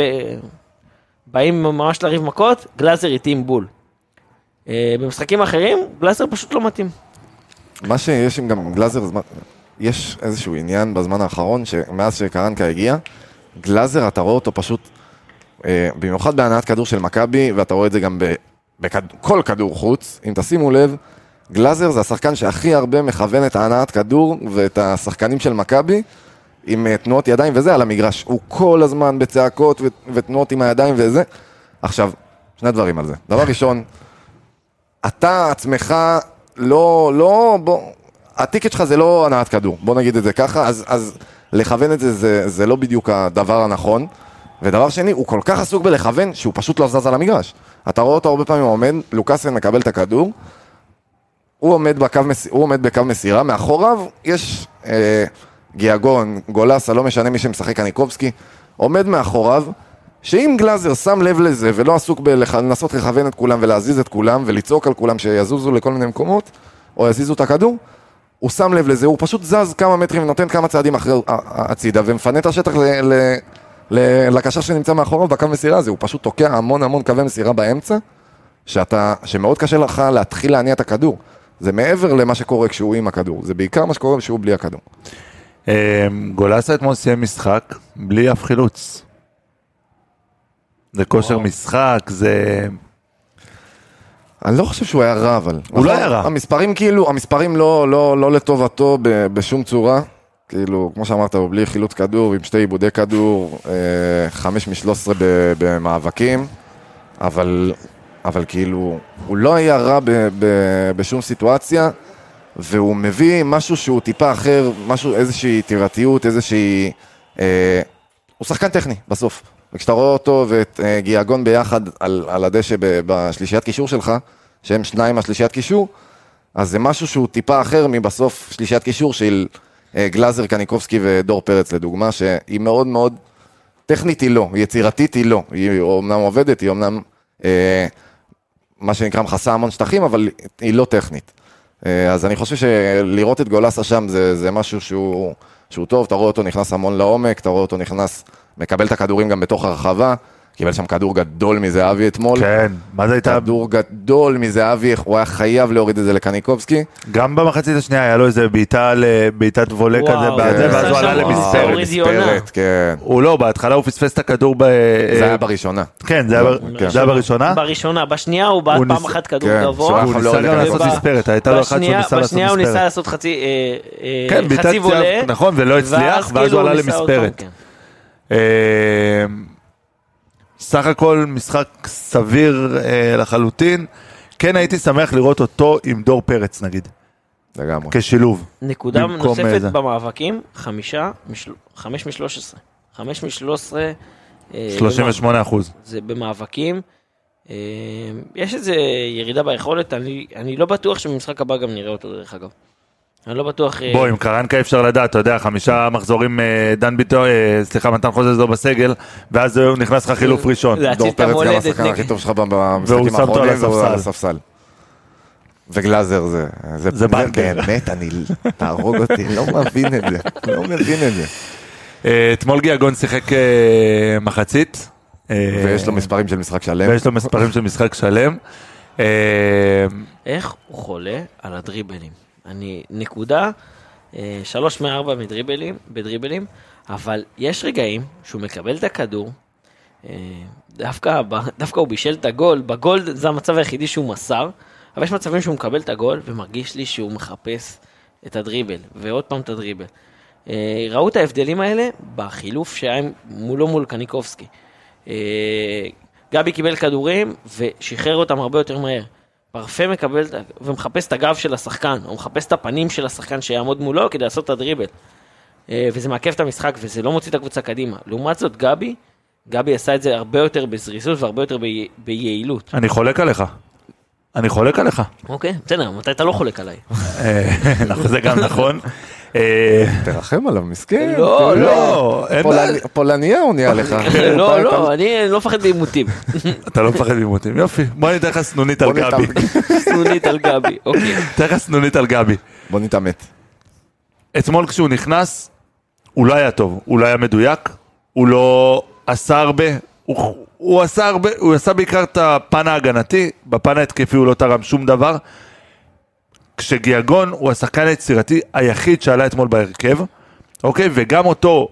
ובאים ממש לריב מכות, גלזר איתים בול. במשחקים אחרים, גלזר פשוט לא מתאים. מה שיש עם גם גלזר, יש איזשהו עניין בזמן האחרון, שמאז שקרנקה הגיע, גלזר, אתה רואה אותו פשוט, במיוחד בהנעת כדור של מכבי, ואתה רואה את זה גם בכל כדור חוץ, אם תשימו לב, גלזר זה השחקן שהכי הרבה מכוון את ההנעת כדור ואת השחקנים של מכבי עם תנועות ידיים וזה על המגרש. הוא כל הזמן בצעקות ותנועות עם הידיים וזה. עכשיו, שני דברים על זה. דבר ראשון, אתה עצמך לא, לא, בוא, הטיקט שלך זה לא הנעת כדור, בוא נגיד את זה ככה, אז, אז לכוון את זה, זה, זה לא בדיוק הדבר הנכון. ודבר שני, הוא כל כך עסוק בלכוון שהוא פשוט לא זז על המגרש. אתה רואה אותו הרבה פעמים עומד, לוקאסן מקבל את הכדור, הוא עומד בקו, הוא עומד בקו מסירה, מאחוריו יש אה, גיאגון, גולסה, לא משנה מי שמשחק, קניקובסקי, עומד מאחוריו, שאם גלזר שם לב לזה ולא עסוק בלנסות לכוון את כולם ולהזיז את כולם ולצעוק על כולם שיזוזו לכל מיני מקומות, או יזיזו את הכדור, הוא שם לב לזה, הוא פשוט זז כמה מטרים ונותן כמה צעדים אחרי הצידה ומפנה את השטח ל, ל, ל, לקשר שנמצא מאחוריו בקו מסירה הזה, הוא פשוט תוקע המון המון קווי מסירה באמצע, שאתה, שמאוד קשה לך להתחיל להניע את הכדור. זה מעבר למה שקורה כשהוא עם הכדור, זה בעיקר מה שקורה כשהוא בלי הכדור. גולסה אתמול סיים משחק בלי אף חילוץ. זה כושר משחק, זה... אני לא חושב שהוא היה רע, אבל... הוא לא היה רע. המספרים כאילו, המספרים לא, לא, לא לטובתו בשום צורה, כאילו, כמו שאמרת, הוא בלי חילוץ כדור, עם שתי עיבודי כדור, חמש משלוש עשרה במאבקים, אבל... אבל כאילו, הוא לא היה רע ב- ב- בשום סיטואציה, והוא מביא משהו שהוא טיפה אחר, משהו, איזושהי יצירתיות, איזושהי... אה, הוא שחקן טכני, בסוף. וכשאתה רואה אותו ואת אה, גיאגון ביחד על, על הדשא ב- בשלישיית קישור שלך, שהם שניים מהשלישיית קישור, אז זה משהו שהוא טיפה אחר מבסוף שלישיית קישור של אה, גלזר, קניקובסקי ודור פרץ, לדוגמה, שהיא מאוד מאוד טכנית היא לא, יצירתית היא לא, היא אומנם עובדת, היא אומנם... אה, מה שנקרא מחסה המון שטחים, אבל היא לא טכנית. אז אני חושב שלראות את גולסה שם זה, זה משהו שהוא, שהוא טוב, אתה רואה אותו נכנס המון לעומק, אתה רואה אותו נכנס, מקבל את הכדורים גם בתוך הרחבה, קיבל שם כדור גדול מזהבי אתמול. כן, מה זה הייתה? כדור גדול מזהבי, הוא היה חייב להוריד את זה לקניקובסקי. גם במחצית השנייה היה לו איזה בעיטה לבעיטת וולה כזה, ואז הוא עלה למספרת. הוא לא, בהתחלה הוא פספס את הכדור ב... זה היה בראשונה. כן, זה היה בראשונה? בראשונה, בשנייה הוא בעט פעם אחת כדור גבוה. הוא ניסה גם לעשות מספרת, הייתה לו אחת שהוא ניסה לעשות מספרת. בשנייה הוא ניסה לעשות חצי וולה. נכון, ולא הצליח, ואז הוא עלה למספרת. סך הכל משחק סביר אה, לחלוטין, כן הייתי שמח לראות אותו עם דור פרץ נגיד, לגמרי. כשילוב. נקודה נוספת איזה. במאבקים, חמישה, משל... חמש משלוש עשרה, חמש משלוש עשרה, שלושים ושמונה אחוז. זה במאבקים, אה, יש איזו ירידה ביכולת, אני, אני לא בטוח שבמשחק הבא גם נראה אותו דרך אגב. אני לא בטוח... בוא, עם קרנקה אפשר לדעת, אתה יודע, חמישה מחזורים דן ביטו, סליחה, מתן חוזז לא בסגל, ואז הוא נכנס לך חילוף ראשון. להציל את המולדת. דור פרץ גם השחקן הכי טוב שלך במשחקים האחרונים, והוא על הספסל. וגלזר זה... זה בנקר. באמת, אני... תהרוג אותי, לא מבין את זה. לא מבין את זה. אתמול גיאגון שיחק מחצית. ויש לו מספרים של משחק שלם. ויש לו מספרים של משחק שלם. איך הוא חולה על הדריבלים? אני, נקודה, שלוש מארבע בדריבלים, בדריבלים, אבל יש רגעים שהוא מקבל את הכדור, דווקא, דווקא הוא בישל את הגול, בגול זה המצב היחידי שהוא מסר, אבל יש מצבים שהוא מקבל את הגול, ומרגיש לי שהוא מחפש את הדריבל, ועוד פעם את הדריבל. ראו את ההבדלים האלה בחילוף שהיה מולו מול קניקובסקי. גבי קיבל כדורים ושחרר אותם הרבה יותר מהר. פרפה מקבל ומחפש את הגב של השחקן, או מחפש את הפנים של השחקן שיעמוד מולו כדי לעשות את הדריבל. וזה מעכב את המשחק, וזה לא מוציא את הקבוצה קדימה. לעומת זאת, גבי, גבי עשה את זה הרבה יותר בזריזות והרבה יותר ב- ביעילות. אני חולק עליך. אני חולק עליך. אוקיי, בסדר, מתי אתה לא חולק עליי? זה גם נכון. תרחם עליו, מסכן. לא, לא. פולניה הוא נהיה לך. לא, לא, אני לא מפחד בעימותים. אתה לא מפחד בעימותים, יופי. בוא ניתן לך סנונית על גבי. סנונית על גבי, אוקיי. ניתן לך סנונית על גבי. בוא נתאמת. אתמול כשהוא נכנס, הוא לא היה טוב, הוא לא היה מדויק, הוא לא עשה הרבה, הוא, הוא עשה הרבה, הוא עשה בעיקר את הפן ההגנתי, בפן ההתקפי הוא לא תרם שום דבר, כשגיאגון הוא השחקן היצירתי היחיד שעלה אתמול בהרכב, אוקיי, וגם אותו,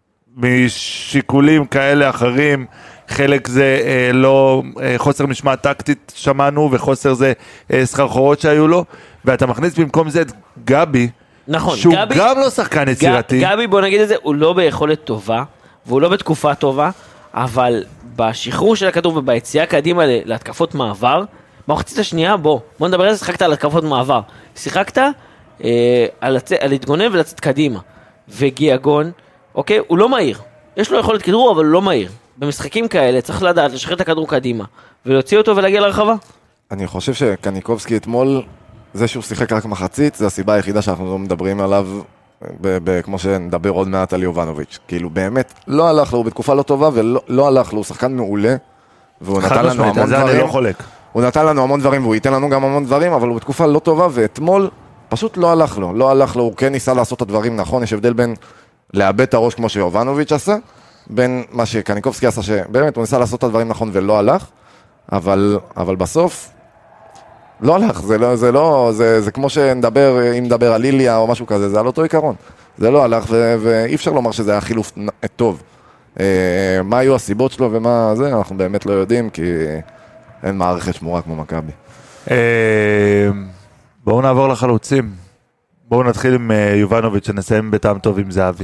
משיקולים כאלה אחרים, חלק זה אה, לא, אה, חוסר משמעת טקטית שמענו, וחוסר זה אה, סחרחורות שהיו לו, ואתה מכניס במקום זה את גבי, נכון, שהוא גבי, גם לא שחקן יצירתי. גבי, בוא נגיד את זה, הוא לא ביכולת טובה, והוא לא בתקופה טובה, אבל בשחרור של הכדור וביציאה קדימה להתקפות מעבר, במחצית השנייה, בוא, בוא נדבר על זה, שיחקת על התקפות מעבר. שיחקת אה, על, לצ... על להתגונן ולצאת קדימה. וגיאגון, אוקיי, הוא לא מהיר. יש לו יכולת כדרור, אבל הוא לא מהיר. במשחקים כאלה צריך לדעת לשחרר את הכדור קדימה, ולהוציא אותו ולהגיע לרחבה. אני חושב שקניקובסקי אתמול, זה שהוא שיחק רק מחצית, זה הסיבה היחידה שאנחנו לא מדברים עליו, ב- ב- כמו שנדבר עוד מעט על יובנוביץ'. כאילו באמת, לא הלך לו, הוא בתקופה לא טובה, ולא לא הלך לו, הוא שחקן מעולה, והוא נתן לנו המון זה דברים. אני לא חולק. הוא נתן לנו המון דברים, והוא ייתן לנו גם המון דברים, אבל הוא בתקופה לא טובה, ואתמול פשוט לא הלך לו. לא הלך לו, הוא כן ניסה לעשות את הדברים נכון, יש הבדל בין לאבד את הראש כמו שיובנוביץ' עשה, בין מה שקניקובסקי עשה, שבאמת הוא ניסה לעשות את הדברים נכון ולא הלך, אבל, אבל בסוף לא הלך, זה לא, זה לא, זה, זה כמו שנדבר, אם נדבר על ליליה או משהו כזה, זה על אותו עיקרון. זה לא הלך, ו, ואי אפשר לומר שזה היה חילוף טוב. מה היו הסיבות שלו ומה זה, אנחנו באמת לא יודעים, כי אין מערכת שמורה כמו מכבי. בואו נעבור לחלוצים. בואו נתחיל עם יובנוביץ', שנסיים בטעם טוב עם זהבי.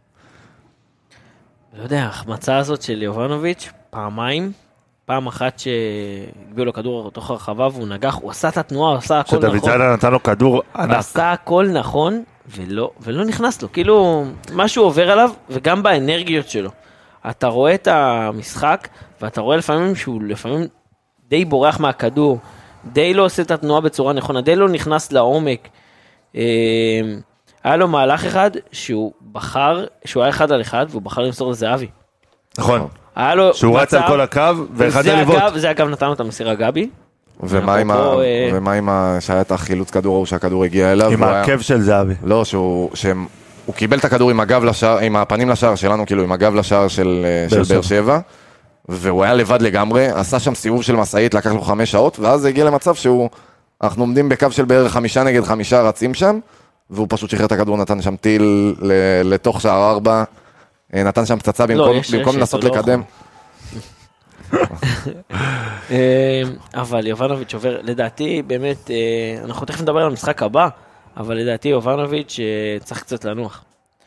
לא יודע, ההחמצה הזאת של יובנוביץ', פעמיים, פעם אחת שהגביאו לו כדור תוך הרחבה והוא נגח, הוא עשה את התנועה, הוא עשה הכל נכון. שדוד זאדה נתן לו כדור ענק. הוא עשה הכל נכון ולא, ולא נכנס לו, כאילו משהו עובר עליו וגם באנרגיות שלו. אתה רואה את המשחק ואתה רואה לפעמים שהוא לפעמים די בורח מהכדור, די לא עושה את התנועה בצורה נכונה, די לא נכנס לעומק. היה לו מהלך אחד שהוא בחר, שהוא היה אחד על אחד והוא בחר למסור לזהבי. נכון. היה לו שהוא רץ על כל הקו ואחד הליבות. זה אגב נתן לו את המסירה גבי. ומה עם ה... ומה עם ה... שהיה את החילוץ כדור או שהכדור הגיע אליו? עם העקב של זהבי. לא, שהוא... הוא קיבל את הכדור עם הגב לשער, עם הפנים לשער שלנו, כאילו עם הגב לשער של באר שבע, והוא היה לבד לגמרי, עשה שם סיבוב של מסעית, לקח לו חמש שעות, ואז הגיע למצב שהוא... אנחנו עומדים בקו של בערך חמישה נגד חמישה רצים שם, והוא פשוט שחרר את הכדור, נתן שם טיל לתוך שער ארבע, נתן שם פצצה במקום לנסות לקדם. אבל יובנוביץ' עובר, לדעתי באמת, אנחנו תכף נדבר על המשחק הבא, אבל לדעתי יובנוביץ' צריך קצת לנוח.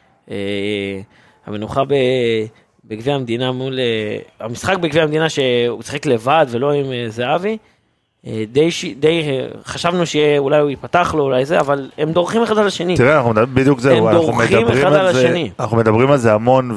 המנוחה בגביע המדינה מול, המשחק בגביע המדינה שהוא צחק לבד ולא עם זהבי, די, די חשבנו שאולי הוא ייפתח לו, אולי זה, אבל הם דורכים אחד על השני. תראה, אנחנו בדיוק זה, הם דורכים אחד על השני. אנחנו מדברים על זה המון,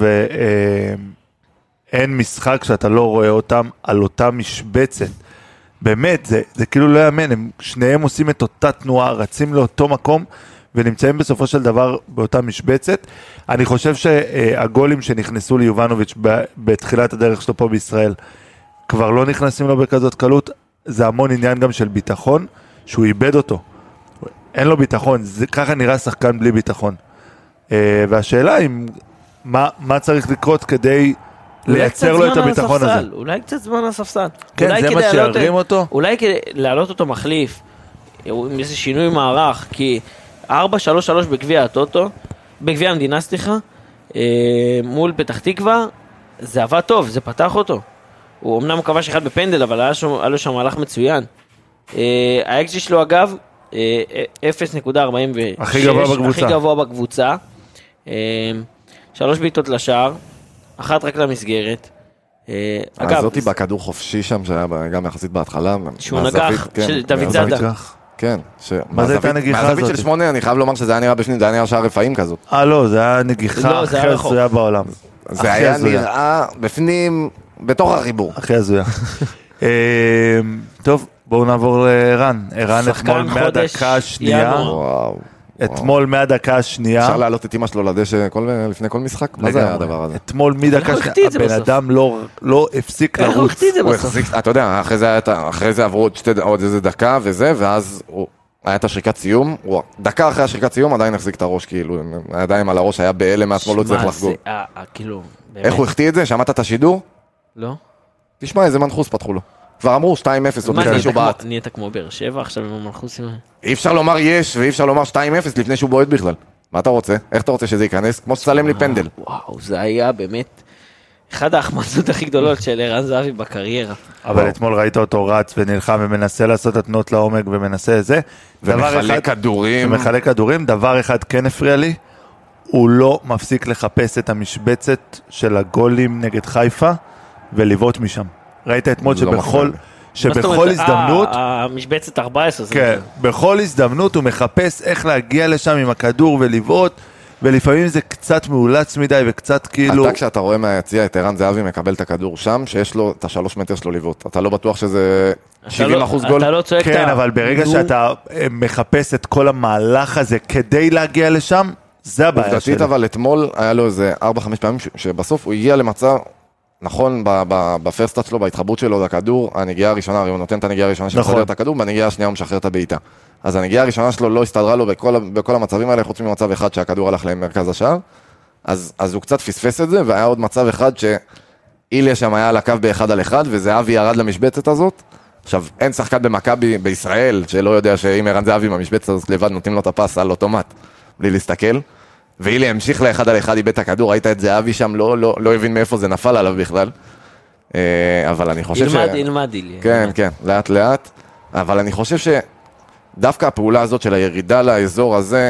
ואין משחק שאתה לא רואה אותם על אותה משבצת. באמת, זה, זה כאילו לא יאמן, הם שניהם עושים את אותה תנועה, רצים לאותו מקום, ונמצאים בסופו של דבר באותה משבצת. אני חושב שהגולים שנכנסו ליובנוביץ' בתחילת הדרך שלו פה בישראל, כבר לא נכנסים לו בכזאת קלות, זה המון עניין גם של ביטחון, שהוא איבד אותו. אין לו ביטחון, זה, ככה נראה שחקן בלי ביטחון. והשאלה היא, מה, מה צריך לקרות כדי לייצר לו את הביטחון הזה? אולי קצת זמן הספסל. כן, זה מה שירים אותו? אולי כדי להעלות אותו מחליף, עם איזה שינוי מערך, כי ארבע שלוש שלוש בגביע הטוטו, בגביע המדינה, סליחה, מול פתח תקווה, זה עבד טוב, זה פתח אותו. הוא אמנם כבש אחד בפנדל, אבל היה לו שם מהלך מצוין. האקסג'י שלו אגב, אפס נקודה ארבעים ושש, הכי גבוה בקבוצה. הכי גבוה בקבוצה. שלוש בעיטות לשער, אחת רק למסגרת. אגב, זאתי בכדור חופשי שם, שהיה גם יחסית בהתחלה. שהוא נגח, של דוד זאדה. כן. מה זה הייתה נגיחה הזאת? מהזווית של שמונה, אני חייב לומר שזה היה נראה בפנים, זה היה נראה שער רפאים כזאת. אה, לא, זה היה נגיחה הכי הזויה בעולם. זה היה נראה בפנים, בתוך החיבור. הכי הזויה. טוב, בואו נעבור לערן. ערן אתמול מהדקה השנייה. אתמול מהדקה השנייה. אפשר להעלות את אמא שלו לדשא לפני כל משחק? מה זה היה הדבר הזה? אתמול מדקה שנייה, הבן אדם לא הפסיק לרוץ. אתה יודע, אחרי זה עברו עוד איזה דקה וזה, ואז היה את השריקת סיום. דקה אחרי השריקת סיום עדיין החזיק את הראש, כאילו, הידיים על הראש, היה בהלם מעצמו, לא צריך לחגוג. איך הוא החטיא את זה? שמעת את השידור? לא. תשמע, איזה מנחוס פתחו לו. כבר אמרו שתיים אפס, עוד לפני שהוא בעט. נהיית כמו באר שבע עכשיו עם המנחוסים. אי אפשר לומר יש, ואי אפשר לומר שתיים אפס לפני שהוא בועט בכלל. מה אתה רוצה? איך אתה רוצה שזה ייכנס? כמו שצלם לי פנדל. וואו, זה היה באמת אחד ההחמצות הכי גדולות של ערן זהבי בקריירה. אבל אתמול ראית אותו רץ ונלחם ומנסה לעשות את תנועות לעומק ומנסה זה. ומחלק כדורים. ומחלק כדורים. דבר אחד כן הפריע לי, הוא לא מפסיק לחפש את המשבצת של הגולים נגד חיפה ולבעוט משם. ראית אתמול שבכל שבכל הזדמנות המשבצת ארבע עשרה כן, בכל הזדמנות הוא מחפש איך להגיע לשם עם הכדור ולבעוט, ולפעמים זה קצת מאולץ מדי וקצת כאילו... אתה כשאתה רואה מהיציע את ערן זהבי מקבל את הכדור שם, שיש לו את השלוש מטר שלו לבעוט, אתה לא בטוח שזה שבעים אחוז גול? אתה לא צועק את ה... כן, אבל ברגע שאתה מחפש את כל המהלך הזה כדי להגיע לשם, זה הבעיה שלו. עובדתית, אבל אתמול היה לו איזה ארבע חמש פעמים שבסוף הוא הגיע למצב נכון, בפרסטאט שלו, בהתחברות שלו לכדור, הנגיעה הראשונה, הוא נותן את הנגיעה הראשונה שמסדר את הכדור, בנגיעה השנייה הוא משחרר את הבעיטה. אז הנגיעה הראשונה שלו לא הסתדרה לו בכל, בכל המצבים האלה, חוץ ממצב אחד שהכדור הלך למרכז השער, אז, אז הוא קצת פספס את זה, והיה עוד מצב אחד שאיליה שם היה על הקו באחד על אחד, וזהבי ירד למשבצת הזאת. עכשיו, אין שחקן במכבי בישראל, שלא יודע שאם ערן זהבי במשבצת הזאת לבד נותנים לו את הפס על אוטומט, בלי להסתכל. ואילי המשיך לאחד על אחד, איבד את הכדור, ראית את זהבי שם, לא, לא, לא הבין מאיפה זה נפל עליו בכלל. אבל אני חושב ילמד, ש... ילמד, ילמד. כן, כן, לאט לאט. אבל אני חושב שדווקא הפעולה הזאת של הירידה לאזור הזה,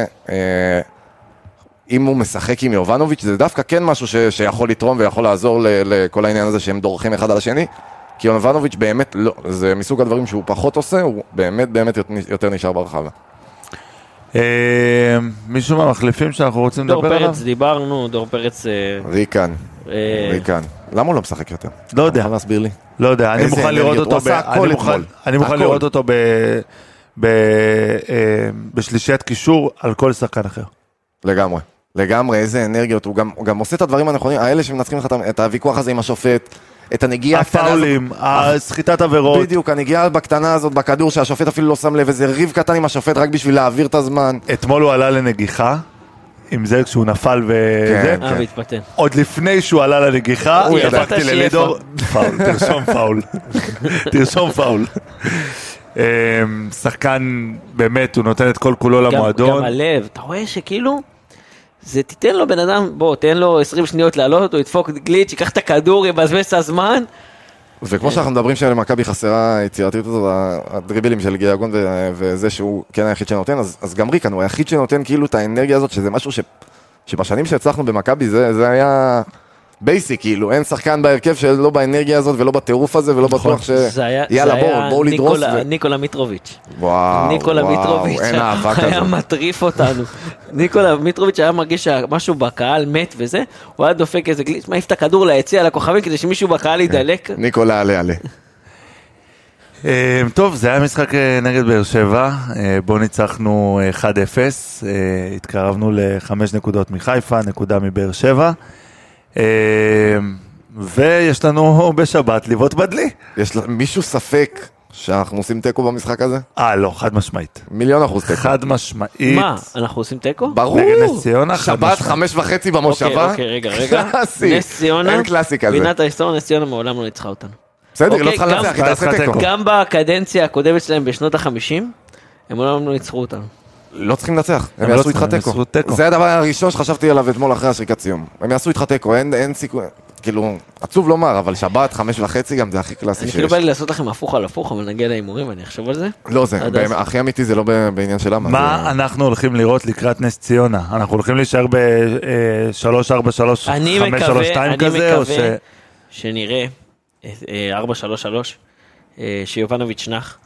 אם הוא משחק עם יובנוביץ', זה דווקא כן משהו ש... שיכול לתרום ויכול לעזור ל... לכל העניין הזה שהם דורכים אחד על השני. כי יובנוביץ' באמת לא, זה מסוג הדברים שהוא פחות עושה, הוא באמת באמת יותר נשאר ברחבה. מישהו מהמחליפים שאנחנו רוצים לדבר עליו? דור פרץ דיברנו, דור פרץ... ריקן, ריקן. למה הוא לא משחק יותר? לא יודע. יכול להסביר לי? לא יודע, אני מוכן לראות אותו... אני מוכן לראות אותו בשלישיית קישור על כל שחקן אחר. לגמרי. לגמרי, איזה אנרגיות. הוא גם עושה את הדברים הנכונים, האלה שמנצחים לך את הוויכוח הזה עם השופט, את הנגיעה הקטנה הזאת. הפאולים, הסחיטת עבירות. בדיוק, הנגיעה בקטנה הזאת בכדור שהשופט אפילו לא שם לב, איזה ריב קטן עם השופט רק בשביל להעביר את הזמן. אתמול הוא עלה לנגיחה, עם זה כשהוא נפל וזה. אה, והתפתן. עוד לפני שהוא עלה לנגיחה, הוא ידעת דפקתי ללידור, פאול, תרשום פאול. תרשום פאול. שחקן, באמת, הוא נותן את כל כולו למועדון. גם הלב, אתה רואה שכאילו... זה תיתן לו בן אדם, בוא, תן לו עשרים שניות לעלות, הוא ידפוק גליץ', ייקח את הכדור, יבזבז את הזמן. וכמו שאנחנו מדברים שלמכבי חסרה היצירתיות הזאת, הדריבלים של גיאגון וזה שהוא כן היחיד שנותן, אז, אז גם ריקן הוא היחיד שנותן כאילו את האנרגיה הזאת, שזה משהו ש, שבשנים שהצלחנו במכבי, זה, זה היה בייסיק, כאילו, אין שחקן בהרכב שלא באנרגיה הזאת ולא בטירוף הזה, ולא בטוח ש... יאללה, בואו, בואו לדרוס. ניקולה מיטרוביץ'. וואו, ניקולה מיטרוביץ' היה מטריף אותנו. ניקולה מיטרוביץ' היה מרגיש שמשהו בקהל מת וזה, הוא היה דופק איזה גליץ', מעיף את הכדור ליציע לכוכבים כדי שמישהו בקהל ידלק. ניקולה עלה עלה. טוב, זה היה משחק נגד באר שבע, בו ניצחנו אחד אפס, התקרבנו לחמש נקודות מחיפה, נקודה מבאר שבע. ויש לנו בשבת ליבות בדלי. יש מישהו ספק שאנחנו עושים טקו במשחק הזה? אה, לא, חד משמעית. מיליון אחוז טקו. חד משמעית. מה, אנחנו עושים טקו? ברור. נגד נס ציונה, שבת חמש וחצי במושבה. אוקיי, רגע, רגע. קלאסי. נס ציונה, אין קלאסי כזה. בינת ההיסטוריה, נס ציונה מעולם לא ניצחה אותנו. בסדר, לא צריכה לנצח, היא תעשה טקו. גם בקדנציה הקודמת שלהם בשנות החמישים, הם מעולם לא ניצחו אותנו. לא צריכים לנצח, הם הם לא יעשו איתך צריכים, הם תיקו. יעשו תיקו. זה הדבר הראשון שחשבתי עליו אתמול אחרי השריקת סיום. הם יעשו איתך תיקו, אין אין סיכוי, כאילו, עצוב לומר, אבל שבת, חמש וחצי גם זה הכי קלאסי אני שיש. אפילו בא לי לעשות לכם הפוך על הפוך, אבל נגיע להימורים, אני אחשוב על זה. לא זה, עד אז. הכי אמיתי זה לא ב- בעניין של למה. מה זה- אנחנו הולכים לראות לקראת נס ציונה? אנחנו הולכים להישאר ב-שלוש ארבע שלוש, אני חמש שלוש מקווה, שתיים אני כזה, או ש... מקווה שנראה ארבע שלוש שלוש, שיובנוביץ' נח,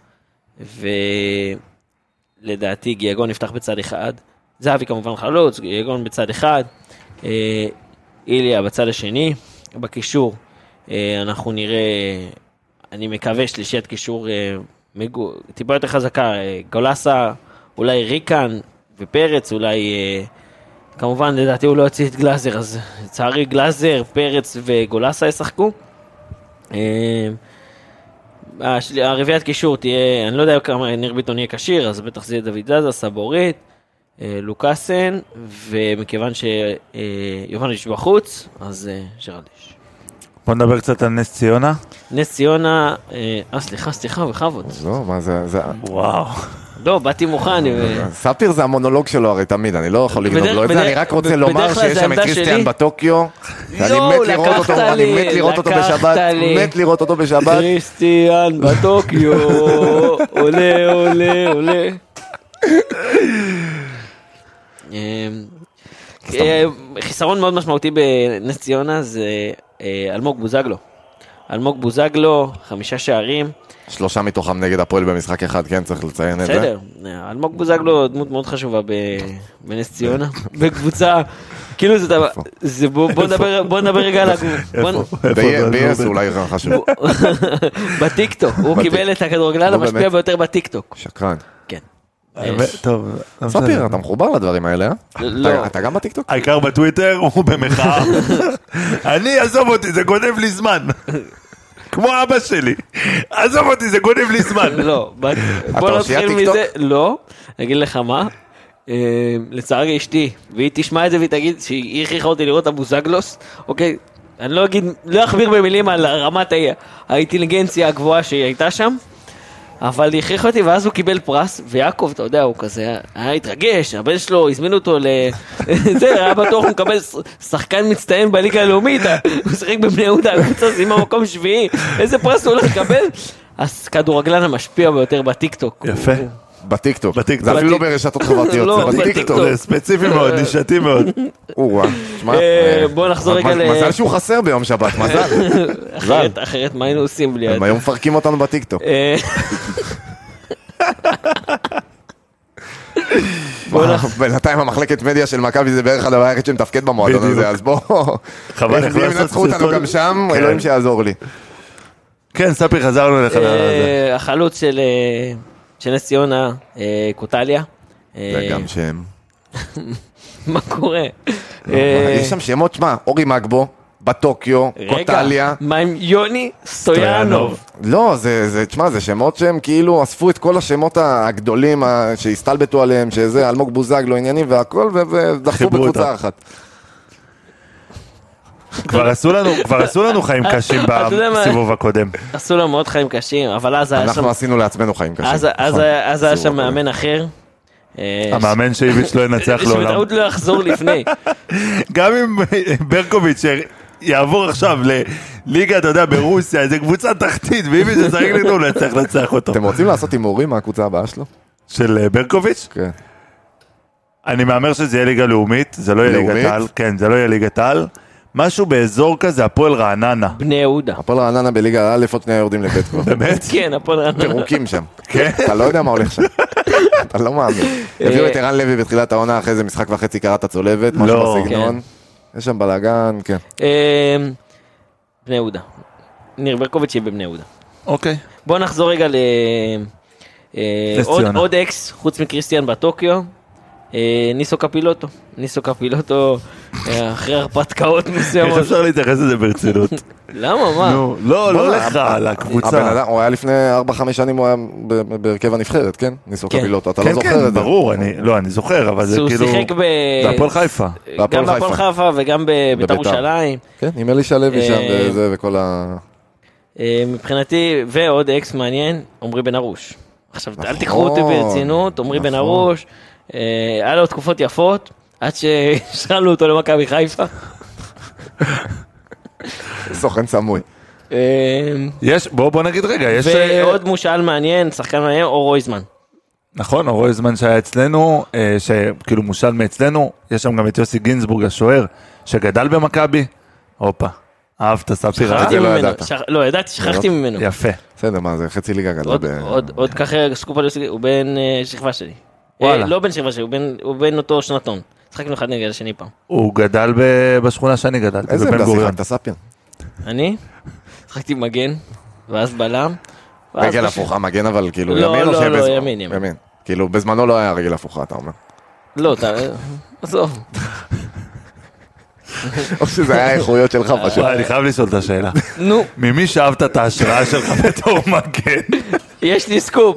ולדעתי גיאגון יפתח בצד אחד, זהבי כמובן חלוץ, גיאגון בצד אחד, אה, איליה בצד השני, בקישור אה, אנחנו נראה, אני מקווה שלישיית קישור אה, מגו, טיפה יותר חזקה, אה, גולסה, אולי ריקן ופרץ, אולי, אה, כמובן לדעתי הוא לא יוציא את גלאזר, אז לצערי גלאזר, פרץ וגולסה ישחקו. אה, השל- הרביעיית קישור תהיה, אני לא יודע כמה ניר ביטון יהיה קשיר, אז בטח זה יהיה דוד זזה, סבורית, אה, לוקאסן, ומכיוון שיובנוביץ' בחוץ, אז אה, שרדיש. בוא נדבר קצת על נס ציונה. נס ציונה, אה, אה, סליחה, סליחה, בכבוד. לא, מה זה, זה... וואו. לא, באתי מוכן. ו- ספיר זה המונולוג שלו הרי תמיד, אני לא יכול לגנוב בדרך- לו את זה, בדרך- אני רק רוצה בדרך לומר כלל שיש זה שם את העמדה קריסטיאן שלי. בטוקיו, אני לא, מת לראות לקחת אותו, אני לי, מת לראות אותו לקחת בשבת, לי. מת לראות אותו בשבת. קריסטיאן בטוקיו, עולה, עולה, עולה. אה, אה, חיסרון מאוד משמעותי בנס ציונה זה אה, אלמוג בוזגלו. אלמוג בוזגלו, חמישה שערים. שלושה מתוכם נגד הפועל במשחק אחד, כן, צריך לציין את זה. בסדר, אלמוג בוזגלו דמות מאוד חשובה ב- בנס ציונה, בקבוצה, כאילו זה דבר, זה בוא בוא נדבר בוא נדבר רגע על הגבול, איפה? ב-יס אולי חשוב. בטיקטוק, הוא קיבל את הכדורגלן לא המשפיע באמת. ביותר בטיקטוק, שקרן. כן. האמת, טוב. לא משנה. ספיר, אתה מחובר לדברים האלה, אה? לא. אתה- אתה גם בטיקטוק? העיקר בטוויטר הוא במחאה. אני, עזוב אותי, זה גונב לי זמן. כמו אבא שלי. עזוב אותי, זה גונב לי זמן. לא, ב- בוא אושיית נתחיל טיקטוק? מזה, לא, אני אגיד לך מה, אה, לצערי אשתי, והיא תשמע את זה והיא תגיד שהיא הכריחה אותי לראות אבו זגלוס, אוקיי, אני לא אגיד, לא אכביר במילים על רמת ה- האינטליגנציה הגבוהה שהיא הייתה שם, אבל היא הכריחה אותי ואז הוא קיבל פרס, ויעקב, אתה יודע, הוא כזה, היה התרגש, הבן שלו, הזמינו אותו ל... זה, היה בטוח הוא מקבל ש- שחקן מצטיין בליגה הלאומית, הוא שיחק בבני יהודה, הקבוצה סיימה מקום שביעי, איזה פרס הוא הולך לקבל? אז כדורגלן המשפיע ביותר בטיקטוק. יפה. בטיקטוק. בטיקטוק. זה אפילו לא ברשתות חברתיות, לא, זה בטיקטוק. בטיקטוק. זה ספציפי מאוד, נישתי מאוד. או-אה, שמע, אה, אה, בוא נחזור רגע מז- ל- מזל שהוא חסר ביום שבת, מזל. אחרת, אחרת, מה היינו עושים בלי הם זה? היו מפרקים אותנו בטיקטוק. אה, בוא נח- בינתיים המחלקת מדיה של מכבי זה בערך הדבר היחיד שמתפקד במועדון בדיוק. הזה, אז בוא, חבל, אם יכול לעשות ינצחו אותנו סרטון. גם שם, כן. אלוהים שיעזור לי. כן, ספיר, חזרנו לך לזה. אה, החלוץ של אה, של נס ציונה, אה, קוטליה. אה, זה גם שם. מה קורה? אה, יש שם שמות, שמע, אורי מגבו, בטוקיו, רגע, קוטליה. מה עם יוני סטויאנוב? לא, זה, זה, תשמע, זה שמות שהם כאילו אספו את כל השמות הגדולים ה- שהסתלבטו עליהם, שזה אלמוג בוזגלו, עניינים והכל, ו- ודחפו חיברו בקבוצה אותם. אחת. כבר עשו לנו, כבר עשו לנו חיים קשים אתה יודע מה? בסיבוב הקודם. עשו לו מאוד חיים קשים, אבל אז היה שם... אנחנו עשינו לעצמנו חיים קשים. אז- אז נכון. אז היה שם סיבוב הקודם. מאמן אחר. אה, המאמן שאיביץ' לא ינצח לעולם. שבטעות לא יחזור לפני. גם אם ברקוביץ' יעבור עכשיו לליגה, אתה יודע, ברוסיה, איזה קבוצה תחתית, ואיביץ' ישחק נגדו, הוא לא יצטרך לנצח אותו. אתם רוצים לעשות הימורים מהקבוצה הבאה שלו? של אה, ברקוביץ'? כן. אני מאמר שזה יהיה ליגה לאומית, זה לא יהיה לאומית? ליגת העל, כן, זה לא יהיה ליגת העל. משהו באזור כזה, הפועל רעננה. בני יהודה. הפועל רעננה בליגה א' עוד שנייה יורדים לבית כבר. באמת? כן, הפועל רעננה. פירוקים שם. כן. אתה לא יודע מה הולך שם. אתה לא מאמין. הביאו את ערן לוי בתחילת העונה, אחרי זה משחק וחצי קראת צולבת, משהו לא. בסגנון. יש שם בלאגן, כן. אה, בני יהודה. ניר ברקוביץ' יהיה בבני יהודה. אוקיי. בוא נחזור רגע ל... אה, נס עוד- ציונה. עוד אקס, חוץ מקריסטיאן בטוקיו. אה, ניסו קפילוטו. ניסו קפילוטו, אה, אחרי הרפתקאות איך מסוימות. אפשר להתייחס לזה ברצינות? למה, מה? נו, לא, לא בוא'נה, לך, הבן לקבוצה. אדם, הוא היה לפני ארבע חמש שנים, הוא היה ב- בהרכב הנבחרת, כן? ניסו כן. קפילוטו, אתה לא כן, זוכר כן, את זה. ברור, אני, לא, אני זוכר, אבל זה הוא כאילו... שיחק ב... זה הפועל חיפה. גם בהפועל בהפועל חיפה. חיפה וגם בביתר בביתר. ירושלים. כן, עם אלישע לוי שם, אה, וזה וכל ה... אה, מבחינתי, ועוד אקס מעניין, עמרי בן ארוש. עכשיו, אל נכון, תיקחו אותי ברצינות, עמרי בן נכון. ארוש, היה לו תקופות יפות, עד ששאלנו אותו למכבי חיפה. סוכן סמוי. יש, בוא, בוא נגיד רגע, יש... ועוד מושאל מעניין, שחקן מעניין, או רויזמן. נכון, או רויזמן שהיה אצלנו, שכאילו מושאל מאצלנו, יש שם גם את יוסי גינזבורג השוער, שגדל במכבי. הופה, אהבת ספיר. שכחתי לא ממנו, ידעת. שכ- לא, ידעתי, שכחתי ממנו. יפה. בסדר, מה זה, חצי ליגה גדלה. עוד- ב- עוד- עוד ככה סקופ על יוסי, הוא בן אה, שכבה שלי. וואלה. אה, לא בן שכבה שלי, הוא בן- הוא בן אותו שנתון. שחקנו אחד נגד השני פעם. הוא גדל ב- בשכונה שאני גדלתי, איזה בבן עמדה גוריון. שיחקת, ספיר? אני שחקתי מגן, ואז בלם. ואז רגל פשוט- הפוכה, מגן אבל כאילו לא, ימין או לא, שבזמן? לא, ימין, ימין. ימין. כאילו בזמנו לא היה רגל הפוכה, אתה אומר. לא, אתה... עזוב. או שזה היה איכויות שלך פשוט. וואי, אני חייב לשאול את השאלה. נו, ממי שאהבת את ההשראה שלך בתור מגן? יש לי סקופ.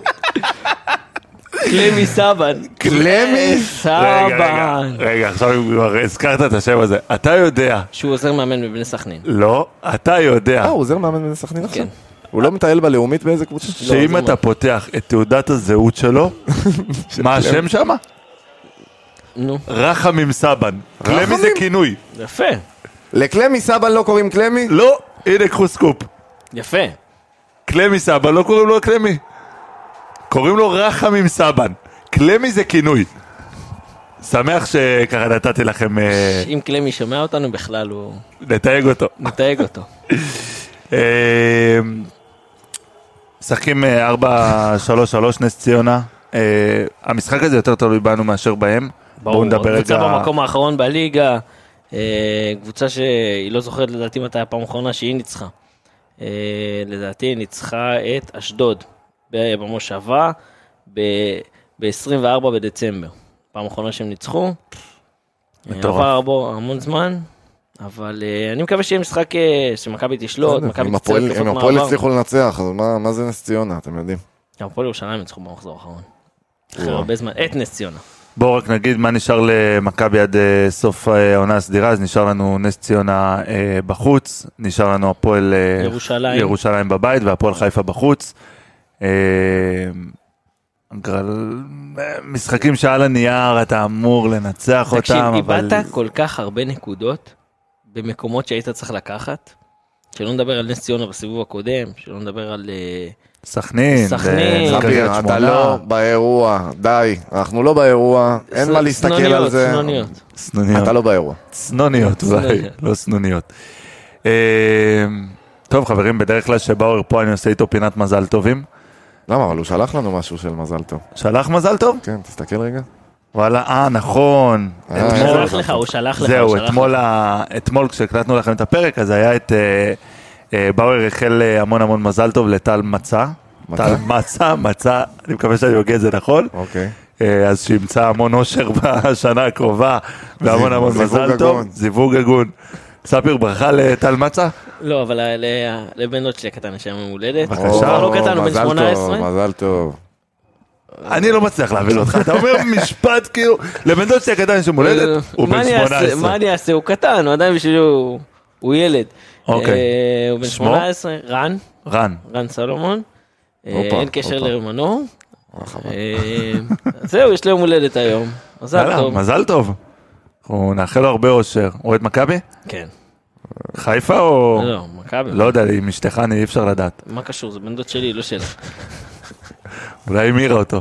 קלמי סבן. קלמי? רגע, רגע, סבן. רגע, עכשיו כבר הזכרת את השם הזה. אתה יודע, שהוא עוזר מאמן בבני סכנין. לא, אתה יודע, אה, הוא עוזר מאמן בני סכנין עכשיו? כן. הוא לא מטייל בלאומית באיזה קבוצה? שאם זה אתה מה. פותח את תעודת הזהות שלו, מה השם שם? נו, רחמים סבן. קלמי רחמים? זה כינוי. יפה. לקלמי סבן לא קוראים קלמי? לא, הנה קחו סקופ. יפה. קלמי סבן, לא קוראים לו קלמי. קוראים לו רחמים סבן. קלמי זה כינוי. שמח שככה נתתי לכם אה, אם קלמי שומע אותנו בכלל, הוא לתייג אותו. מתייג אותו. אה, משחקים אה, ארבע שלוש שלוש נס ציונה. אה, המשחק הזה יותר תלוי בנו מאשר בהם. בואו נדבר קבוצה רגע. במקום האחרון בליגה, אה, קבוצה שהיא לא זוכרת לדעתי מתי הפעם האחרונה שהיא ניצחה. אה, לדעתי היא ניצחה את אשדוד במושבה ב-עשרים וארבעה בדצמבר. פעם האחרונה שהם ניצחו. אה, מטורף. עבר הרבה- המון זמן, אבל אה, אני מקווה שיהיה משחק אה, שמכבי תשלוט, מכבי אם תצטרך הפועל- לעשות אם הפועל מעבר. הצליחו לנצח, אז מה- מה זה נס ציונה, אתם יודעים? גם הפועל ירושלים ניצחו במחזור האחרון. אחרי וואו. הרבה זמן, את נס ציונה. בואו רק נגיד מה נשאר למכבי עד אה, סוף אה, העונה הסדירה. אז נשאר לנו נס ציונה אה, בחוץ, נשאר לנו הפועל אה, ירושלים. ירושלים בבית והפועל חיפה בחוץ. אה, גרל- משחקים שעל הנייר אתה אמור לנצח תקשיב, אותם, אבל איבדת כל כך הרבה נקודות במקומות שהיית צריך לקחת, שלא נדבר על נס ציונה בסיבוב הקודם, שלא נדבר על... אה, סכנין, סכנין. וקריית ספיר, אתה שמונה. לא באירוע, די, אנחנו לא באירוע, אין מה להסתכל על סנוניות, זה. סנוניות. סנוניות. אתה לא באירוע. סנוניות, אולי, סנוניות. לא סנוניות. אה, טוב חברים, בדרך כלל שבאואר פה אני עושה איתו פינת מזל טובים. למה? אבל הוא שלח לנו משהו של מזל טוב. שלח מזל טוב? כן, תסתכל רגע. וואלה, אה נכון. אה, הוא אתמול, שלח לך, הוא שלח לך. הוא זהו, שלח אתמול, לך. ה- אתמול כשהקלטנו לכם את הפרק, אז היה את אה, אה, באואר החל אה, המון המון מזל טוב לטל מצה. מצה? טל מצה, מצה, אני מקווה שאני הוגה את זה נכון. אוקיי. אה, אז שימצא המון אושר בשנה הקרובה, והמון המון זיווג מזל טוב. הגון. זיווג הגון. ספיר, ברכה לטל מצה? לא, אבל ל- ל- לבן דוד שלי הקטן יש היום יום הולדת. בבקשה. הוא כבר לא או, קטן, הוא בן מזל שמונה טוב, עשרה. מזל טוב. אני לא מצליח להבין אותך, אתה אומר משפט כאילו, לבן דוד שלי הקטן יש יום הולדת, הוא מה בן אני שמונה אעשה? מה עשרה. אני אעשה? הוא קטן, הוא עדיין בשבילו, הוא ילד. אוקיי. אה, הוא בן שמו? שמונה עשרה, רן, רן, רן סלומון. אה, הופה, אין קשר הופה. לרמנו. אה, זהו, יש לו יום הולדת היום. מזל יאללה, טוב. מזל טוב. אנחנו נאחל לו הרבה אושר. אוהד מכבי? כן. חיפה או... לא, מכבי. לא יודע, עם אשתך אני אי אפשר לדעת. מה קשור? זה בן דוד שלי, לא שלה. אולי המירה אותו.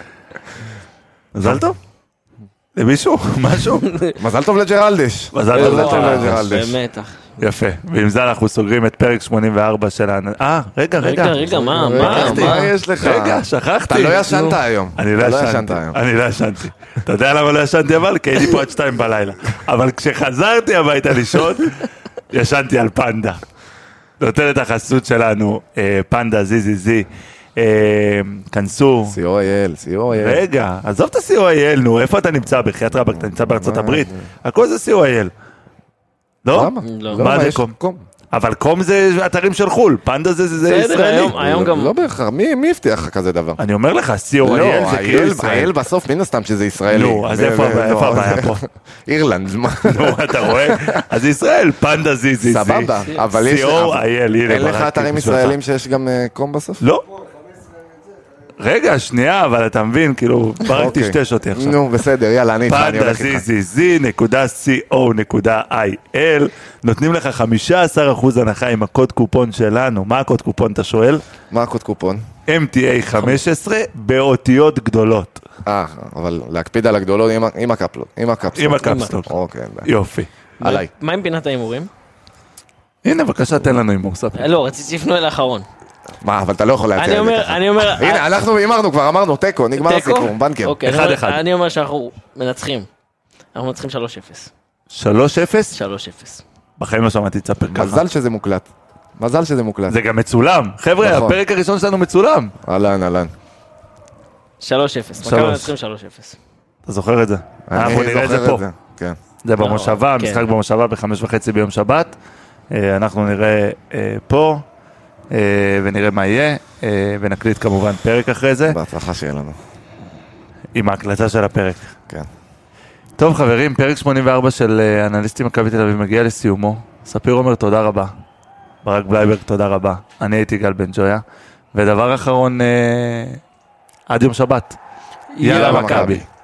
מזל טוב? למישהו? משהו? מזל טוב לג'רלדש. מזל טוב מזל טוב לג'רלדש. לג'רלדש. באמת. יפה. ועם זה אנחנו סוגרים את פרק שמונים וארבע של ה... אה, רגע, רגע. רגע, רגע, מה, רגע, מה, מה מה? יש לך? רגע, שכחתי. אתה לא ישנת נו. היום. אני אתה לא ישנת ישנתי, היום. אני לא ישנתי. אתה יודע למה לא ישנתי אבל? כי הייתי פה עד שתיים בלילה. אבל כשחזרתי הביתה לישון, ישנתי על פנדה. נותן את החסות שלנו, אה, פנדה זי זי זי. אה, כנסו. סי או איי אל, סי או איי אל. רגע, עזוב את ה-סי או איי אל, נו, איפה אתה נמצא? בחיית רבק, אתה נמצא בארצות הברית. הכל זה סי או איי אל. לא? למה? לא. מה זה יש קום? קום? אבל קום זה אתרים של חול, פנדה זה זה בסדר, ישראלי. היום- היום גם... לא בהכרח, מי מי הבטיח לך כזה דבר? אני אומר לך, סי או איי אל לא, זה כאילו האייל ישראל. האייל בסוף מן הסתם שזה ישראלי. נו, אז ו- איפה ו- הבעיה? לא, איפה הבעיה זה- פה? אירלנד, מה? נו, אתה רואה? אז ישראל, פנדה זי זי זי. סבבה, אבל יש... סי או איי אל, הנה, אין לך ברק, אתרים בשבילך. ישראלים שיש גם אה, קום בסוף? לא. רגע, שנייה, אבל אתה מבין, כאילו, ברק אוקיי. תשתש אותי עכשיו. נו, בסדר, יאללה, אני איתך, אני פנדה הולך איתך. זי זי זי נקודה סי או נקודה איי אל נותנים לך חמישה עשר אחוז הנחה עם הקוד קופון שלנו. מה הקוד קופון אתה שואל? מה הקוד קופון? אם טי איי חמש עשרה באותיות גדולות. אה, אבל להקפיד על הגדולות עם ה- עם הקפלות. עם הקפסלות. עם הקפסטוק. אוקיי, אין בעיה. יופי. עליי. מה עם פינת ההימורים? הנה, בבקשה, תן לנו הימור, ספר. לא, רציתי לפנו אל האחרון. מה, אבל אתה לא יכול להציע אני את זה אומר, ככה. אני אומר... הנה, אנחנו הימרנו כבר, אמרנו, תיקו, נגמר תיקו? הסיפור, בנקר. אוקיי, אחד, אני אומר- אחד. אני אומר שאנחנו מנצחים. אנחנו מנצחים שלוש אפס. שלוש אפס? שלוש אפס. בחיים לא שמעתי תספר ככה. מזל שזה מוקלט. מזל שזה מוקלט. זה גם מצולם. חבר'ה, נכון. הפרק הראשון שלנו מצולם. אהלן, אהלן. שלוש אפס. שלוש. מכבי מנצחים שלוש אפס. אתה זוכר את זה? אנחנו אני נראה את זוכר זה פה. כן. זה במושבה, כן. משחק במושבה בחמש וחצי ביום שבת. אה, אנחנו נראה אה, פה, אה, ונראה מה יהיה, אה, ונקליט כמובן פרק אחרי זה, בהצלחה שיהיה לנו. עם ההקלטה של הפרק. כן. טוב חברים, פרק שמונים וארבע של אה, אנליסטים מכבי תל אביב מגיע לסיומו. ספיר אומר תודה רבה. ברק בלייברג תודה רבה. אני הייתי גל בן ג'ויה. ודבר אחרון, אה, עד יום שבת. יאללה מכבי.